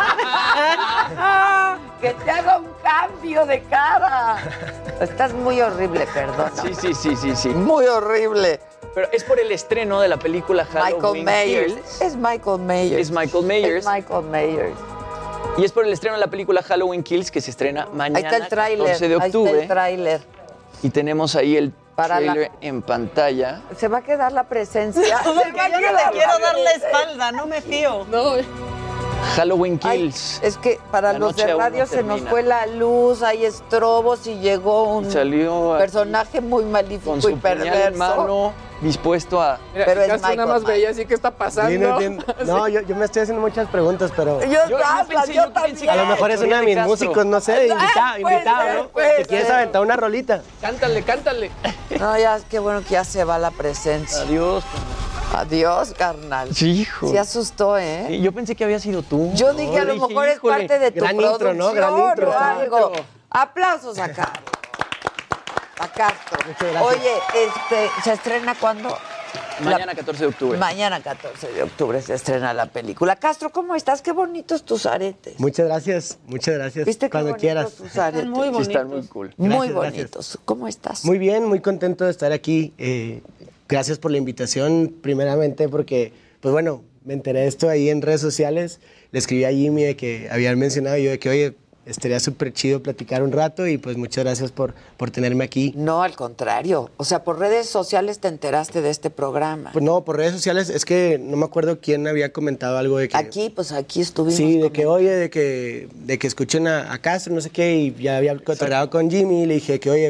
que te haga un cambio de cara. Estás muy horrible, perdón. Sí. Muy horrible. Pero es por el estreno de la película Halloween Michael Myers. Kills. Es Michael Myers. Es Michael Myers. Es Michael Myers. Y es por el estreno de la película Halloween Kills que se estrena mañana, Ahí está el tráiler. 14 de Ahí está octubre. el tráiler. Y tenemos ahí el Para la- trailer en pantalla. ¿Se va a quedar la presencia? No, porque yo no le quiero dar la espalda, no me fío. No, Halloween Ay, Kills. es que para La los noche de aún radio no se nos termina. fue la luz, hay estrobos y llegó un Salió aquí personaje muy maléfico con y su puñal perverso. en mano, dispuesto a... Mira, Pero es Castro nada Michael más veía así que está pasando. Sí, no entiendo. No, yo me estoy haciendo muchas preguntas, pero Yo también. a lo mejor es uno de mis músicos, no sé, invitado, ¿no? puede ¿Te quieres ser. aventar una rolita? Cántale. No, ya, qué bueno que ya se va la presencia. Adiós. Adiós, carnal. Sí, hijo. Se asustó, ¿eh? Sí, yo pensé que había sido tú. Yo dije, a lo mejor es híjole, parte de tu gran intro, producción ¿no? Gran intro. o algo. Aplausos acá. A Castro. Muchas gracias. Oye, ¿se estrena cuándo? Mañana 14 de octubre. Mañana 14 de octubre se estrena la película. Castro, ¿cómo estás? Qué bonitos tus aretes. Muchas gracias. ¿Viste qué Cuando bonitos quieras. tus aretes? Están muy Sí, bonitos. están muy cool. Muy Gracias, bonitos. ¿Cómo estás? Muy bien, muy contento de estar aquí. Gracias por la invitación, primeramente porque, pues bueno, me enteré de esto ahí en redes sociales. Le escribí a Jimmy de que habían mencionado yo de que, oye, estaría súper chido platicar un rato y pues muchas gracias por tenerme aquí. No, al contrario. O sea, por redes sociales te enteraste de este programa. Pues no, por redes sociales, es que no me acuerdo quién había comentado algo de que... Aquí estuvimos. Sí, de que, oye, de que escuchen a Castro, no sé qué, y ya había cotorreado con Jimmy y le dije que, oye,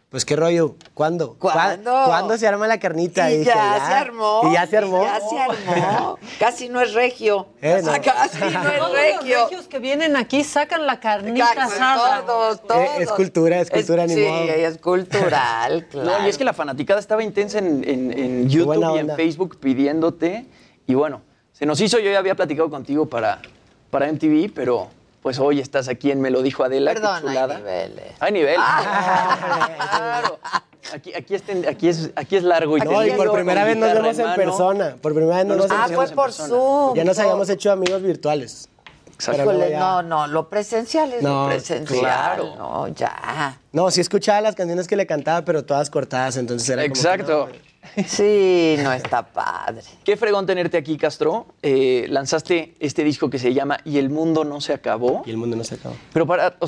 pues qué rollo, ¿cuándo? ¿Cuándo se arma la carnita? Y dije, ya se armó. Y ya se armó. Ya se armó. Casi no es regio. No. Casi no es Todos regio. los regios que vienen aquí sacan la carnita asada. Todos. Es cultura, ni modo. Sí, es cultural, claro. No, y es que la fanaticada estaba intensa en YouTube y en Facebook pidiéndote. Y bueno, se nos hizo, yo ya había platicado contigo para MTV, pero pues hoy estás aquí en Me lo dijo Adela. Perdón, qué chulada. hay niveles. Hay niveles. Claro. Aquí es largo y No, y por primera vez nos vemos en persona. Por primera vez nos vemos en persona. Fue por Zoom. Ya nos habíamos hecho amigos virtuales. Híjole, no, lo presencial es lo presencial. Claro. No, ya. No, sí escuchaba las canciones que le cantaba, pero todas cortadas, entonces era como Exacto. Sí, no está padre. Qué fregón tenerte aquí, Castro. Lanzaste este disco que se llama Y el mundo no se acabó. Y el mundo no se acabó. Pero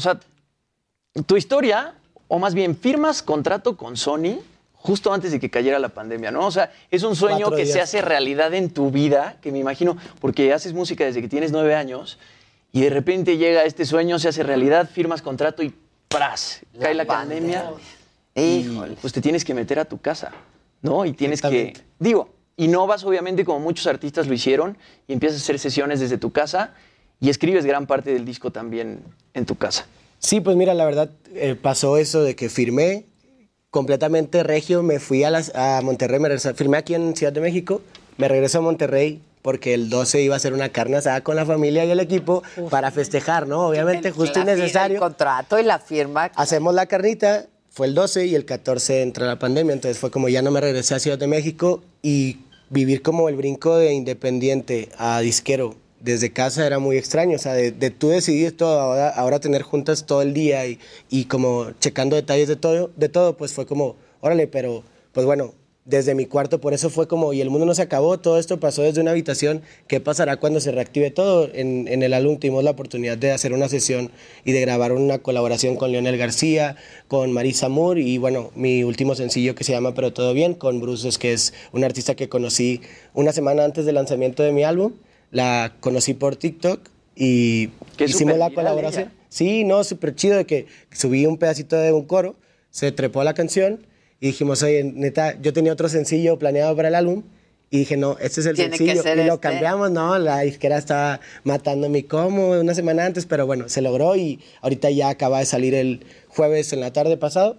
tu historia, o más bien firmas contrato con Sony justo antes de que cayera la pandemia, ¿no? O sea, es un sueño 4 que días. se hace realidad en tu vida, que me imagino, porque haces música desde que tienes 9 años y de repente llega este sueño, se hace realidad, firmas contrato y ¡pras! Cae la pandemia. Híjole. Pues te tienes que meter a tu casa, ¿no? Y tienes que... innovas obviamente como muchos artistas lo hicieron y empiezas a hacer sesiones desde tu casa y escribes gran parte del disco también en tu casa. Sí, pues mira, la verdad pasó eso de que firmé completamente regio, me fui a Monterrey, firmé aquí en Ciudad de México, me regreso a Monterrey porque el 12 iba a hacer una carne asada con la familia y el equipo para festejar, ¿no? Obviamente justo y necesario. El contrato y la firma. Hacemos la carnita, fue el 12 y el 14 entra la pandemia, entonces fue como ya no me regresé a Ciudad de México y vivir como el brinco de independiente a disquero desde casa era muy extraño, o sea, de tú decidir todo, ahora tener juntas todo el día y como checando detalles de todo, pues fue como, órale, pero pues bueno, desde mi cuarto, por eso fue como, y el mundo no se acabó, todo esto pasó desde una habitación, ¿qué pasará cuando se reactive todo? En el álbum tuvimos la oportunidad de hacer una sesión y de grabar una colaboración con Leonel García, con Marisa Moore y bueno, mi último sencillo que se llama Pero Todo Bien, con Bruces, que es un artista que conocí una semana antes del lanzamiento de mi álbum. La conocí por TikTok y hicimos la colaboración. Ella. Sí, no, súper chido de que subí un pedacito de un coro, se trepó la canción y dijimos, oye, neta, yo tenía otro sencillo planeado para el álbum y dije, no, este es el sencillo. Y lo cambiamos, no, la disquera estaba matándome como una semana antes, pero bueno, se logró y ahorita ya acaba de salir el jueves en la tarde pasado.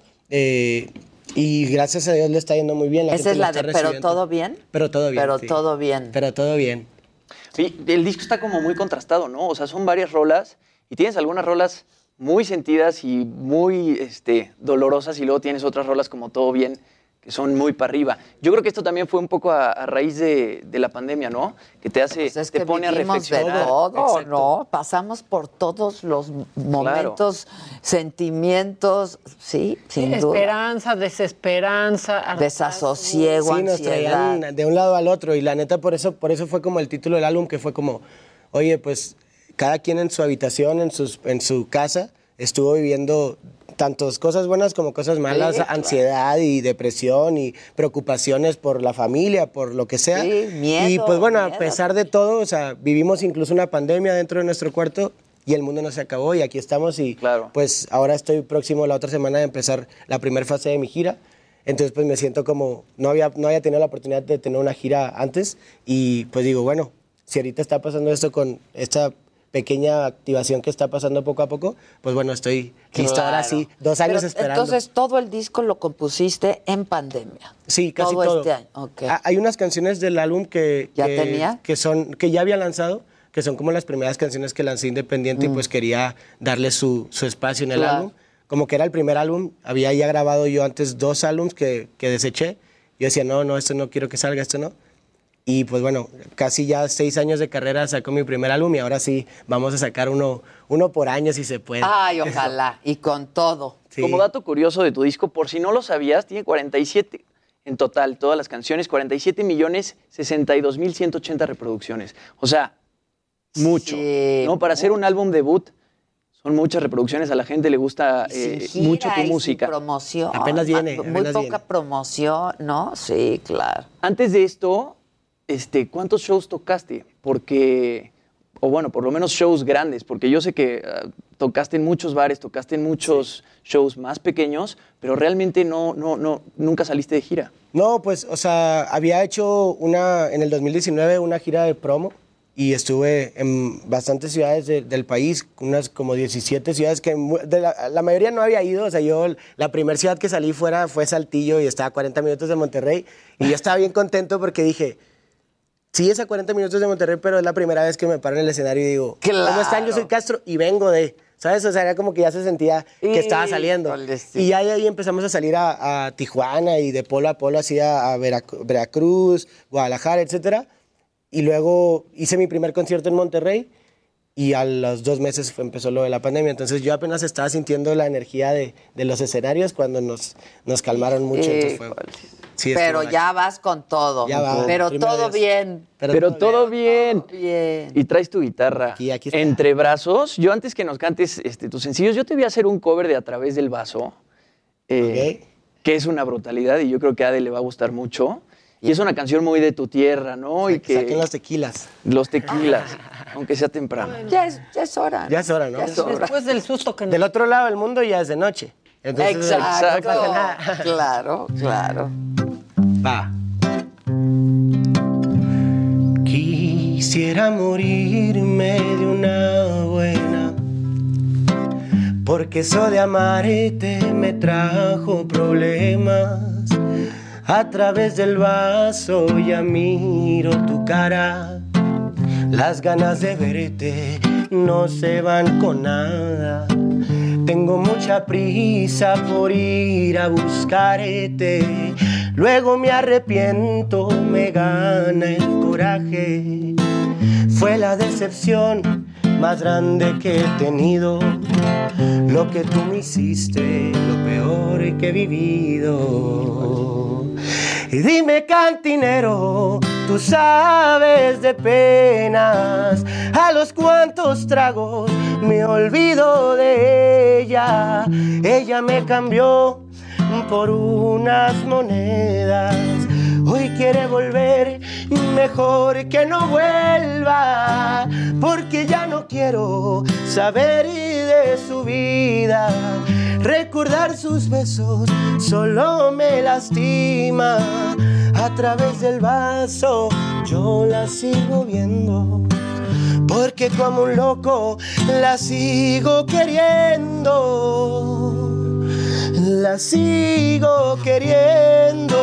Y gracias a Dios le está yendo muy bien. Esa es la de Pero Todo Bien. Pero Todo Bien. Pero sí. Todo Bien. Pero Todo Bien. Sí, el disco está como muy contrastado, ¿no? O sea, son varias rolas y tienes algunas rolas muy sentidas y muy dolorosas y luego tienes otras rolas como Todo Bien que son muy para arriba. Yo creo que esto también fue un poco a raíz de la pandemia, ¿no? Que te hace, pues te pone a reflexionar. De todo, exacto. ¿no? Pasamos por todos los momentos, sentimientos, sí, sin duda. Esperanza, desesperanza, desasosiego, sí, nos ansiedad. traían de un lado al otro y la neta por eso fue como el título del álbum, que fue como, oye, pues cada quien en su habitación, en su casa, estuvo viviendo tantas cosas buenas como cosas malas, sí, ansiedad y depresión y preocupaciones por la familia, por lo que sea. Sí, miedo. Y pues bueno, a pesar de todo, o sea, vivimos incluso una pandemia dentro de nuestro cuarto y el mundo no se acabó y aquí estamos y pues ahora estoy próximo la otra semana de empezar la primera fase de mi gira. Entonces pues me siento como, no había tenido la oportunidad de tener una gira antes y pues digo, bueno, si ahorita está pasando esto con esta pequeña activación que está pasando poco a poco, pues bueno, estoy listo ahora sí, 2 años esperando. Entonces, todo el disco lo compusiste en pandemia. Sí, casi todo. Este año. Okay. Hay unas canciones del álbum que ya había lanzado, que son como las primeras canciones que lancé independiente y pues quería darle su espacio en el álbum. Como que era el primer álbum, había ya grabado yo antes 2 álbums que deseché. Yo decía, no, esto no quiero que salga, esto no. Y pues bueno, casi ya 6 años de carrera sacó mi primer álbum y ahora sí vamos a sacar uno por año si se puede. Ay, ojalá, y con todo. Sí. Como dato curioso de tu disco, por si no lo sabías, tiene 47 en total, todas las canciones, 47.062.180 reproducciones. O sea, mucho, sí, ¿no? Para hacer un álbum debut, son muchas reproducciones, a la gente le gusta mucho tu música. Promoción. Apenas viene. Muy poca promoción, ¿no? Sí, claro. Antes de esto, ¿cuántos shows tocaste? Porque o bueno, por lo menos shows grandes, porque yo sé que tocaste en muchos bares, tocaste en muchos shows más pequeños, pero realmente nunca saliste de gira. No, pues, o sea, había hecho en el 2019 una gira de promo y estuve en bastantes ciudades del país, unas como 17 ciudades que la mayoría no había ido. O sea, la primera ciudad que salí fuera fue Saltillo y estaba a 40 minutos de Monterrey y yo estaba bien contento porque dije, sí, es a 40 minutos de Monterrey, pero es la primera vez que me paro en el escenario y digo, ¿cómo están? Yo soy Castro y vengo de... ¿Sabes? O sea, era como que ya se sentía que estaba saliendo. Y ya de ahí empezamos a salir a Tijuana y de polo a polo, así a Veracruz, Guadalajara, etcétera. Y luego hice mi primer concierto en Monterrey y a los 2 meses empezó lo de la pandemia. Entonces yo apenas estaba sintiendo la energía de los escenarios cuando nos calmaron mucho. Entonces fue... Sí, pero ya vas con todo. Pero todo bien. Pero todo bien. Y traes tu guitarra aquí está. Entre brazos. Yo antes que nos cantes tus sencillos, yo te voy a hacer un cover de A Través del Vaso, que es una brutalidad y yo creo que a Ade le va a gustar mucho. Y es una canción muy de tu tierra, ¿no? Y que saquen los tequilas. Los tequilas, aunque sea temprano. Ya es hora. Ya es hora, ¿no? Ya es hora. Después del susto que... Del otro lado del mundo ya es de noche. Entonces, Exacto. No pasa nada. Claro. Va. Quisiera morirme de una buena, porque eso de amarte me trajo problemas. A través del vaso ya miro tu cara, las ganas de verte no se van con nada. Tengo mucha prisa por ir a buscarte, luego me arrepiento, me gana el coraje. Fue la decepción más grande que he tenido, lo que tú me hiciste, lo peor que he vivido. Y dime, cantinero, tú sabes de penas, a los cuantos tragos me olvido de ella. Ella me cambió por unas monedas, hoy quiere volver, mejor que no vuelva, porque ya no quiero saber de su vida. Recordar sus besos solo me lastima. A través del vaso yo la sigo viendo, porque como un loco la sigo queriendo. La sigo queriendo.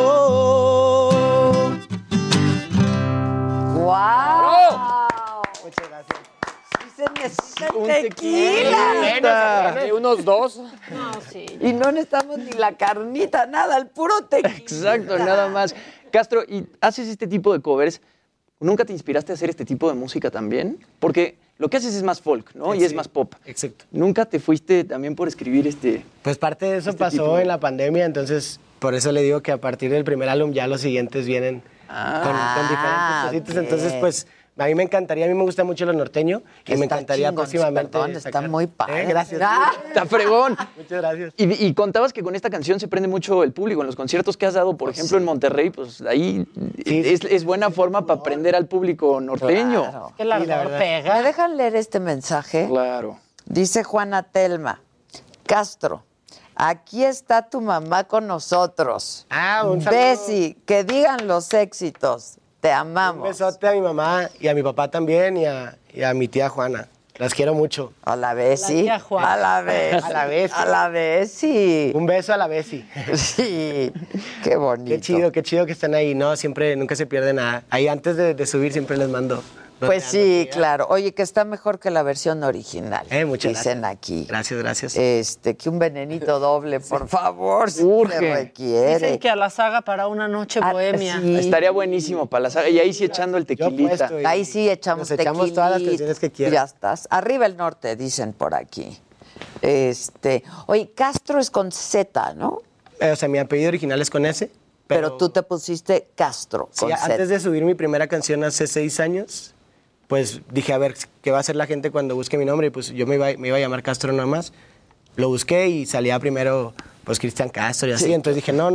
¡Wow! Muchas gracias. Sí se necesita tequila. Unos 2. No, sí. Y no necesitamos ni la carnita, nada, el puro tequila. Exacto, nada más. Castro, ¿y haces este tipo de covers? ¿Nunca te inspiraste a hacer este tipo de música también? Porque lo que haces es más folk, ¿no? Y es más pop. Exacto. ¿Nunca te fuiste también por escribir Pues parte de eso pasó en la pandemia, entonces por eso le digo que a partir del primer álbum ya los siguientes vienen con diferentes cositas. Okay. Entonces, pues a mí me encantaría, a mí me gusta mucho lo norteño y me encantaría chingón, próximamente. Perdón, está muy padre. Gracias. Está fregón. Muchas gracias. Y contabas que con esta canción se prende mucho el público. En los conciertos que has dado, por ejemplo, en Monterrey, pues ahí es buena forma para prender al público norteño. Claro. Que la verdad pega. ¿Me dejan leer este mensaje? Claro. Dice Juana Telma: Castro, aquí está tu mamá con nosotros. Un saludo. Bessie, que digan los éxitos. Te amamos. Un besote a mi mamá y a mi papá también y a mi tía Juana. Las quiero mucho. A la Bessie. La tía Juana. A la Bessie. A la Bessie. A la Bessie. Un beso a la Bessie. Sí, qué bonito. Qué chido que están ahí. No, siempre, nunca se pierde nada. Ahí antes de subir siempre les mando. Pues sí, claro. Oye, que está mejor que la versión original. Muchas dicen gracias. aquí. Gracias. Que un venenito doble, por favor, si Urge. se requiere. Dicen que a la saga para una noche bohemia. Sí. Estaría buenísimo para la saga. Y ahí sí echando el tequilita. apuesto, Ahí sí echamos Nos echamos tequilita. todas las canciones que quieran. Ya estás. Arriba el norte, dicen por aquí. Oye, Castro es con Z, ¿no? O sea, mi apellido original es con S. Pero tú te pusiste Castro con Z. Antes de subir mi primera canción hace 6 años, pues dije, a ver, ¿qué va a hacer la gente cuando busque mi nombre? Y pues yo me iba a llamar Castro nada más. Lo busqué y salía primero, pues, Cristian Castro y así. Sí. Entonces dije, no,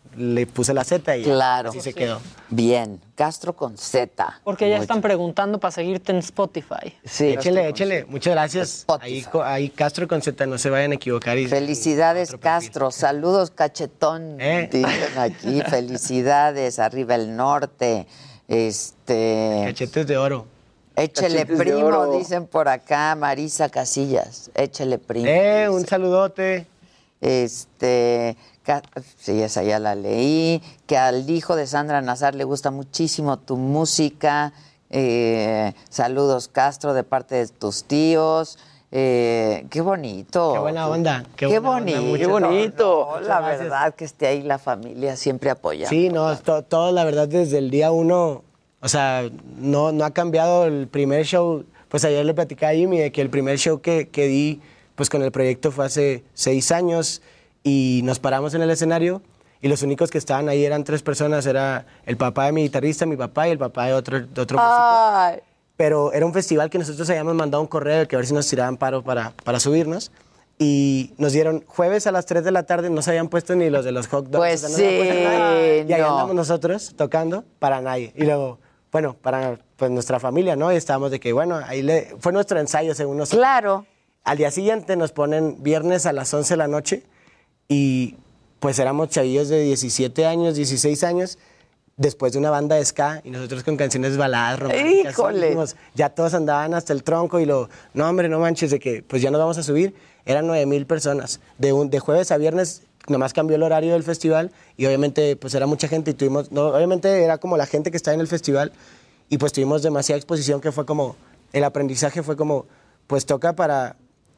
le puse la Z y claro, así se quedó. Bien, Castro con Z. Porque ya están preguntando para seguirte en Spotify. Sí, échele. Muchas gracias. Ahí Castro con Z, no se vayan a equivocar. Felicidades, Castro. Saludos, cachetón. Dicen aquí. Felicidades, arriba el norte. Cachetes de oro. Échele Cachetes primo, de oro. dicen por acá, Marisa Casillas. Échele primo. Un saludote. Sí, esa ya la leí. Que al hijo de Sandra Nazar le gusta muchísimo tu música. Saludos, Castro, de parte de tus tíos. Qué bonito. Qué buena onda. Qué bonito. Qué bonito. No, la verdad que esté ahí la familia siempre apoyando. Sí, no, todo la verdad desde el día 1, o sea, no ha cambiado el primer show. Pues ayer le platicaba a Jimmy de que el primer show que di pues con el proyecto fue hace 6 años y nos paramos en el escenario y los únicos que estaban ahí eran 3 personas, era el papá de mi guitarrista, mi papá y el papá de otro músico. Pero era un festival que nosotros habíamos mandado un correo que a ver si nos tiraban paro para subirnos. Y nos dieron jueves a las 3 de la tarde, no se habían puesto ni los de los hot dogs. Pues o sea, no se habían puesto nadie. Y ahí no. andamos nosotros tocando para nadie. Y luego, bueno, para pues, nuestra familia, ¿no? Y estábamos de que, bueno, fue nuestro ensayo según nosotros. Claro. Al día siguiente nos ponen viernes a las 11 de la noche y pues éramos chavillos de 17 años, 16 años, después de una banda de ska y nosotros con canciones baladas románticas. ¡Híjole! Dijimos, ya todos andaban hasta el tronco y no, hombre, no manches, de que pues ya nos vamos a subir. Eran 9,000 personas. De jueves a viernes nomás cambió el horario del festival y obviamente pues era mucha gente y tuvimos, obviamente era como la gente que estaba en el festival y pues tuvimos demasiada exposición que fue como, el aprendizaje fue como, pues toca para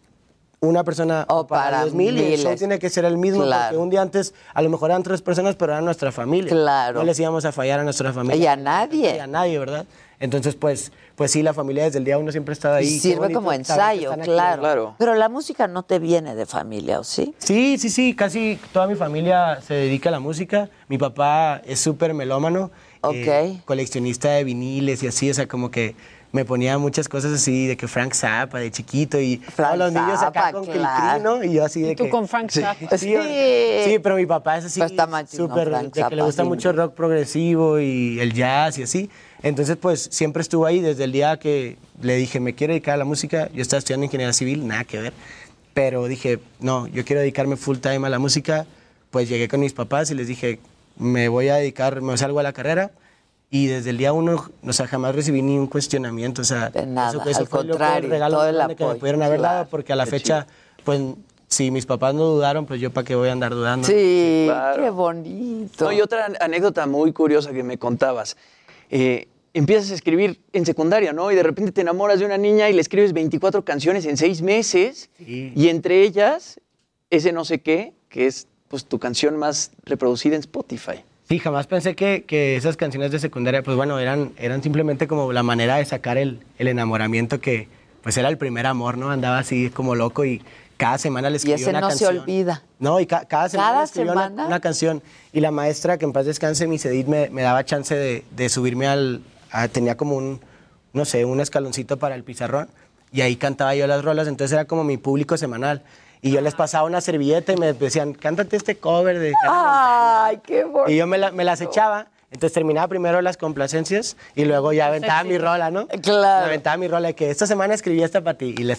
una persona o para 2,000 y el show tiene que ser el mismo, claro, porque un día antes a lo mejor eran 3 personas, pero eran nuestra familia. Claro. No les íbamos a fallar a nuestra familia. Y a nadie. Y a nadie, ¿verdad? Entonces, pues sí, la familia desde el día 1 siempre ha estado ahí. Y sirve como ensayo, claro. Pero la música no te viene de familia, ¿o sí? Sí, casi toda mi familia se dedica a la música. Mi papá es súper melómano, coleccionista de viniles y así, o sea, como que me ponía muchas cosas así, de que Frank Zappa, de chiquito, y todos los niños acá con Cri-Cri, ¿no? Y yo así de ¿Y tú que... con Frank Zappa? Sí, pero mi papá es así, súper, Frank de que le Zappa, gusta sí. mucho el rock progresivo y el jazz y así. Entonces, pues, siempre estuvo ahí desde el día que le dije, me quiero dedicar a la música. Yo estaba estudiando ingeniería civil, nada que ver. Pero dije, no, yo quiero dedicarme full time a la música. Pues llegué con mis papás y les dije, me voy a dedicar, me salgo a la carrera. Y desde el día 1, o sea, jamás recibí ni un cuestionamiento, o sea, de nada, eso al fue contrario, el regalo todo el grande apoyo, que me pudieron haber claro, dado, porque a la qué fecha, pues, si mis papás no dudaron, pues yo para qué voy a andar dudando. Sí, claro. Qué bonito. No, y otra anécdota muy curiosa que me contabas. Empiezas a escribir en secundaria, ¿no? Y de repente te enamoras de una niña y le escribes 24 canciones en 6 meses. Sí. Y entre ellas, ese no sé qué, que es pues tu canción más reproducida en Spotify. Sí, jamás pensé que esas canciones de secundaria, pues bueno, eran simplemente como la manera de sacar el enamoramiento que, pues era el primer amor, ¿no? Andaba así como loco y cada semana le escribía una canción. Y ese no se olvida. No, y cada semana le escribía semana? una canción. Y la maestra, que en paz descanse, mi Cedit, me daba chance de subirme tenía como un escaloncito para el pizarrón. Y ahí cantaba yo las rolas, entonces era como mi público semanal. Y yo les pasaba una servilleta y me decían, cántate este cover de Hannah ¡Ay, qué bonito! Y yo me las echaba. Entonces terminaba primero las complacencias y luego ya aventaba mi rola, ¿no? Claro. Aventaba mi rola de que esta semana escribí esta para ti y le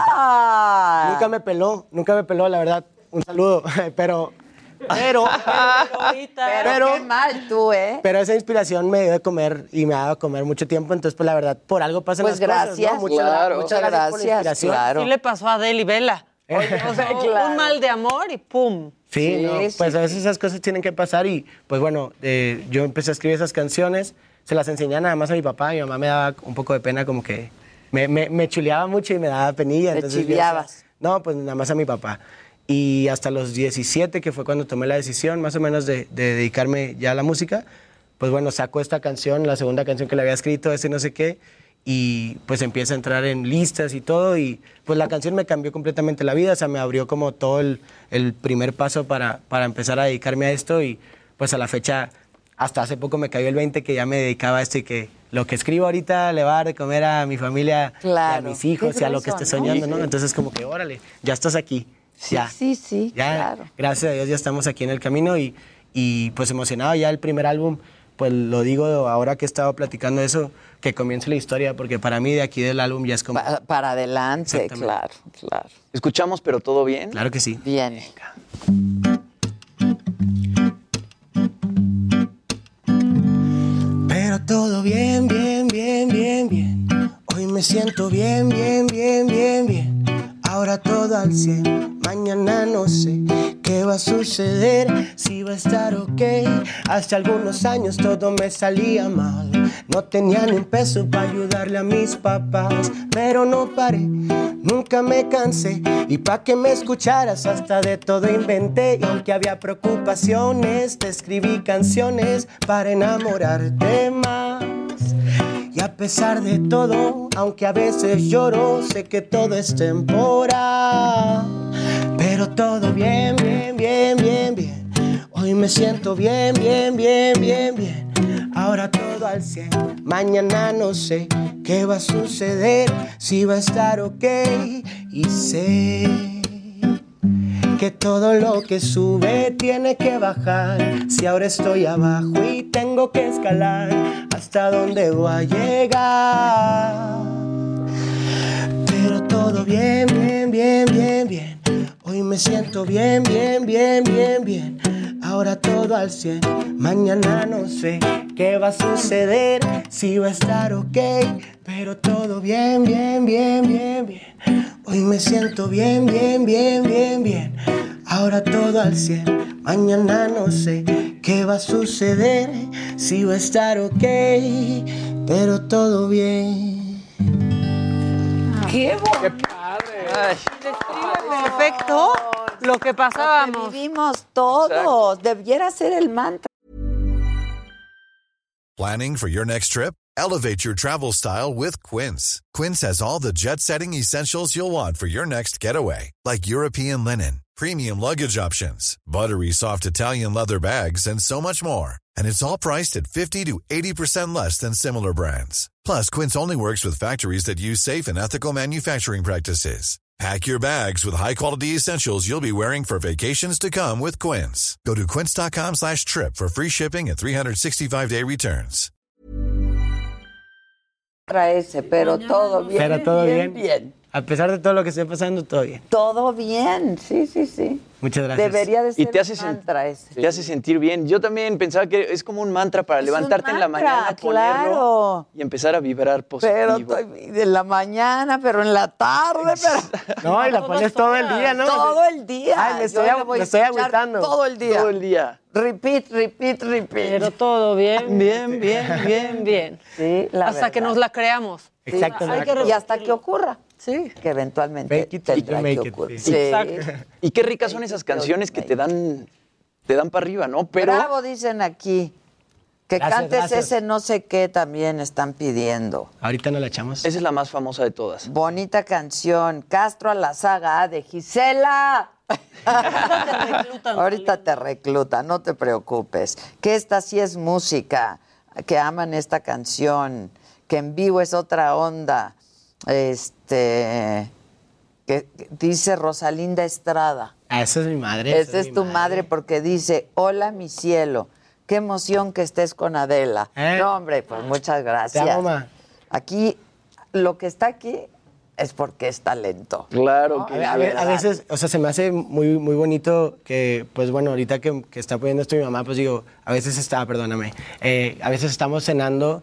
cantaba. Nunca me peló, la verdad. Un saludo. Pero qué mal tú, ¿eh? Pero esa inspiración me dio de comer y me ha dado de comer mucho tiempo. Entonces, pues la verdad, por algo pasan pues las gracias, cosas, ¿no? Muchas gracias por la inspiración. Claro. Sí le pasó a Adele y Bella. O sea, un mal de amor y ¡pum! Sí, no, pues a veces esas cosas tienen que pasar y pues bueno, yo empecé a escribir esas canciones, se las enseñaba nada más a mi papá, mi mamá me daba un poco de pena, como que me chuleaba mucho y me daba penilla. ¿Te entonces chiviabas? No, pues nada más a mi papá. Y hasta los 17, que fue cuando tomé la decisión más o menos de dedicarme ya a la música, pues bueno, saco esta canción, la segunda canción que le había escrito, ese no sé qué, y pues empieza a entrar en listas y todo, y pues la canción me cambió completamente la vida, o sea, me abrió como todo el primer paso para empezar a dedicarme a esto, y pues a la fecha, hasta hace poco me cayó el 20 que ya me dedicaba a esto y que lo que escribo ahorita le va a dar de comer a mi familia, claro, y a mis hijos y a lo que esté soñando, ¿no? Entonces como que, órale, ya estás aquí. Sí, ya, sí, ya, claro. Gracias a Dios ya estamos aquí en el camino y y pues emocionado ya el primer álbum, pues lo digo ahora que he estado platicando eso, que comience la historia, porque para mí de aquí del álbum ya es como... Para adelante, claro. ¿Escuchamos pero todo bien? Claro que sí. Bien. Pero todo bien, bien, bien, bien, bien. Hoy me siento bien, bien, bien, bien, bien. Ahora todo al 100, mañana no sé qué va a suceder, si va a estar ok. Hace algunos años todo me salía mal, no tenía ni un peso para ayudarle a mis papás, pero no paré, nunca me cansé, y pa' que me escucharas hasta de todo inventé. Y aunque había preocupaciones, te escribí canciones para enamorarte más. Y a pesar de todo, aunque a veces lloro, sé que todo es temporal. Pero todo bien, bien, bien, bien, bien. Hoy me siento bien, bien, bien, bien, bien. Ahora todo al 100, mañana no sé qué va a suceder, si va a estar ok. Y sé que todo lo que sube tiene que bajar. Si ahora estoy abajo y tengo que escalar, ¿hasta dónde voy a llegar? Pero todo bien, bien, bien, bien, bien. Hoy me siento bien, bien, bien, bien, bien. Ahora todo al 100, mañana no sé qué va a suceder, si va a estar ok. Pero todo bien, bien, bien, bien, bien. Hoy me siento bien, bien, bien, bien, bien. Ahora todo al 100, mañana no sé qué va a suceder, si va a estar ok. Pero todo bien. ¡Qué bonito! Describe perfecto lo que pasábamos. Lo que vivimos todos. Exacto. Debiera ser el mantra. Planning for your next trip? Elevate your travel style with Quince. Quince has all the jet-setting essentials you'll want for your next getaway, like European linen, premium luggage options, buttery soft Italian leather bags, and so much more. And it's all priced at 50 to 80% less than similar brands. Plus, Quince only works with factories that use safe and ethical manufacturing practices. Pack your bags with high-quality essentials you'll be wearing for vacations to come with Quince. Go to quince.com/trip for free shipping and 365-day returns. Pero todo bien. Pero todo bien. Bien. A pesar de todo lo que esté pasando, todo bien. Todo bien, sí, sí, sí. Muchas gracias. Debería de ser y te hace un mantra ese. Te hace sentir bien. Yo también pensaba que es como un mantra para levantarte en la mañana, ponerlo y empezar a vibrar positivo. Pero de la mañana, pero en la tarde, pero... No, y la pones todo el día, ¿no? Todo el día. Ay, me estoy agüitando. Todo el día. Todo el día. Repeat. Pero todo bien. Bien, bien, bien, bien. Sí, hasta verdad. Que nos la creamos. Exactamente. Y hasta que ocurra. Sí. Que eventualmente tendrá que ocurrir. Sí. Exacto. Y qué ricas son esas canciones que te dan para arriba, ¿no? Pero... Bravo, dicen aquí. Que cantes ese no sé qué también están pidiendo. Ahorita no la echamos. Esa es la más famosa de todas. Bonita canción. Castro a la saga de Gisela. Ahorita te reclutan, no te preocupes. Que esta sí es música, que aman esta canción, que en vivo es otra onda. Que dice Rosalinda Estrada. Ah, esa es mi madre. Esa es tu madre porque dice, hola mi cielo, qué emoción que estés con Adela. No, hombre, pues muchas gracias. Te amo, ma. Aquí, lo que está aquí es porque es talento. Claro. ¿No? Que a veces, o sea, se me hace muy, muy bonito que, pues bueno, ahorita que está poniendo esto mi mamá, pues digo, a veces estábamos cenando,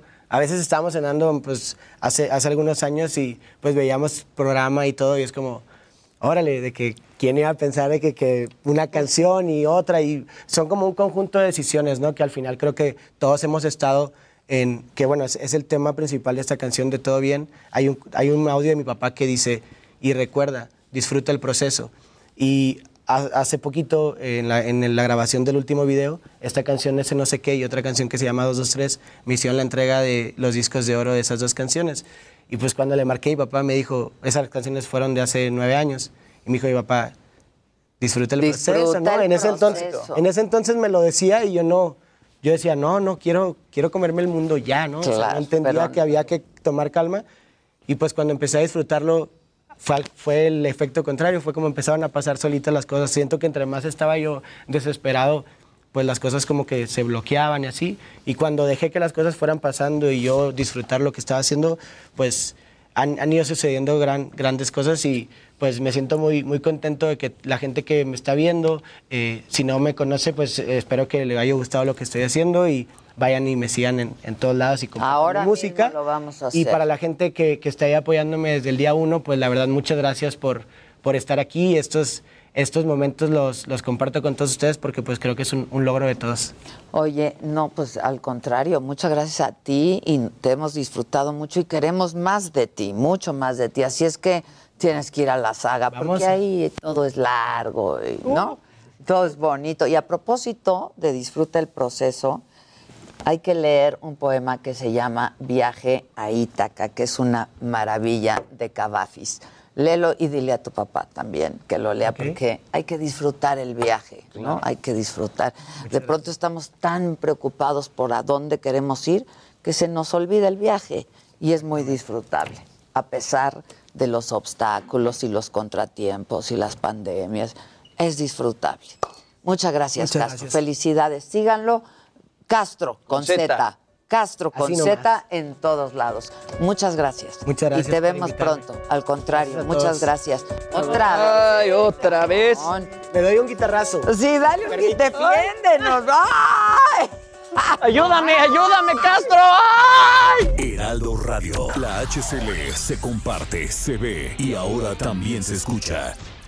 pues hace algunos años y pues veíamos programa y todo y es como, órale, de que quién iba a pensar de que una canción y otra y son como un conjunto de decisiones, ¿no? Que al final creo que todos hemos estado en, que bueno, es el tema principal de esta canción de Todo Bien. Hay un audio de mi papá que dice, y recuerda, disfruta el proceso. Y hace poquito, en la grabación del último video, esta canción Ese no sé qué y otra canción que se llama 223, me hicieron la entrega de los discos de oro de esas dos canciones. Y pues cuando le marqué, mi papá me dijo, esas canciones fueron de hace 9 años. Y me dijo, mi papá, disfruta el proceso, ¿no? En ese entonces me lo decía y yo decía, no, quiero comerme el mundo ya, ¿no? Claro, o sea, no entendía que había que tomar calma. Y pues cuando empecé a disfrutarlo, fue el efecto contrario, fue como empezaron a pasar solitas las cosas. Siento que entre más estaba yo desesperado, pues las cosas como que se bloqueaban y así. Y cuando dejé que las cosas fueran pasando y yo disfrutar lo que estaba haciendo, pues han ido sucediendo grandes cosas y pues me siento muy, muy contento de que la gente que me está viendo, si no me conoce, pues espero que le haya gustado lo que estoy haciendo y vayan y me sigan en todos lados y compartan mi música. Mismo lo vamos a hacer. Y para la gente que está ahí apoyándome desde el día 1, pues la verdad muchas gracias por estar aquí. Estos momentos los comparto con todos ustedes porque pues creo que es un logro de todos. Oye, no, pues al contrario, muchas gracias a ti y te hemos disfrutado mucho y queremos más de ti, mucho más de ti. Así es que tienes que ir a la saga porque ahí todo es largo, ¿no? Todo es bonito. Y a propósito de disfruta el proceso, hay que leer un poema que se llama Viaje a Ítaca, que es una maravilla de Cavafis. Léelo y dile a tu papá también que lo lea, porque hay que disfrutar el viaje, ¿no? Hay que disfrutar. De pronto estamos tan preocupados por a dónde queremos ir que se nos olvida el viaje y es muy disfrutable, a pesar de los obstáculos y los contratiempos y las pandemias. Es disfrutable. Muchas gracias, Castro. Felicidades. Síganlo. Castro con Z. Castro con Z en todos lados. Muchas gracias. Muchas gracias. Y te vemos pronto. Al contrario, muchas gracias. Otra vez. Me doy un guitarrazo. Sí, dale un guitarrazo. Defiéndenos. ¡Ay! Ayúdame, Castro. ¡Ay! Heraldo Radio. La HCL se comparte, se ve y ahora también se escucha.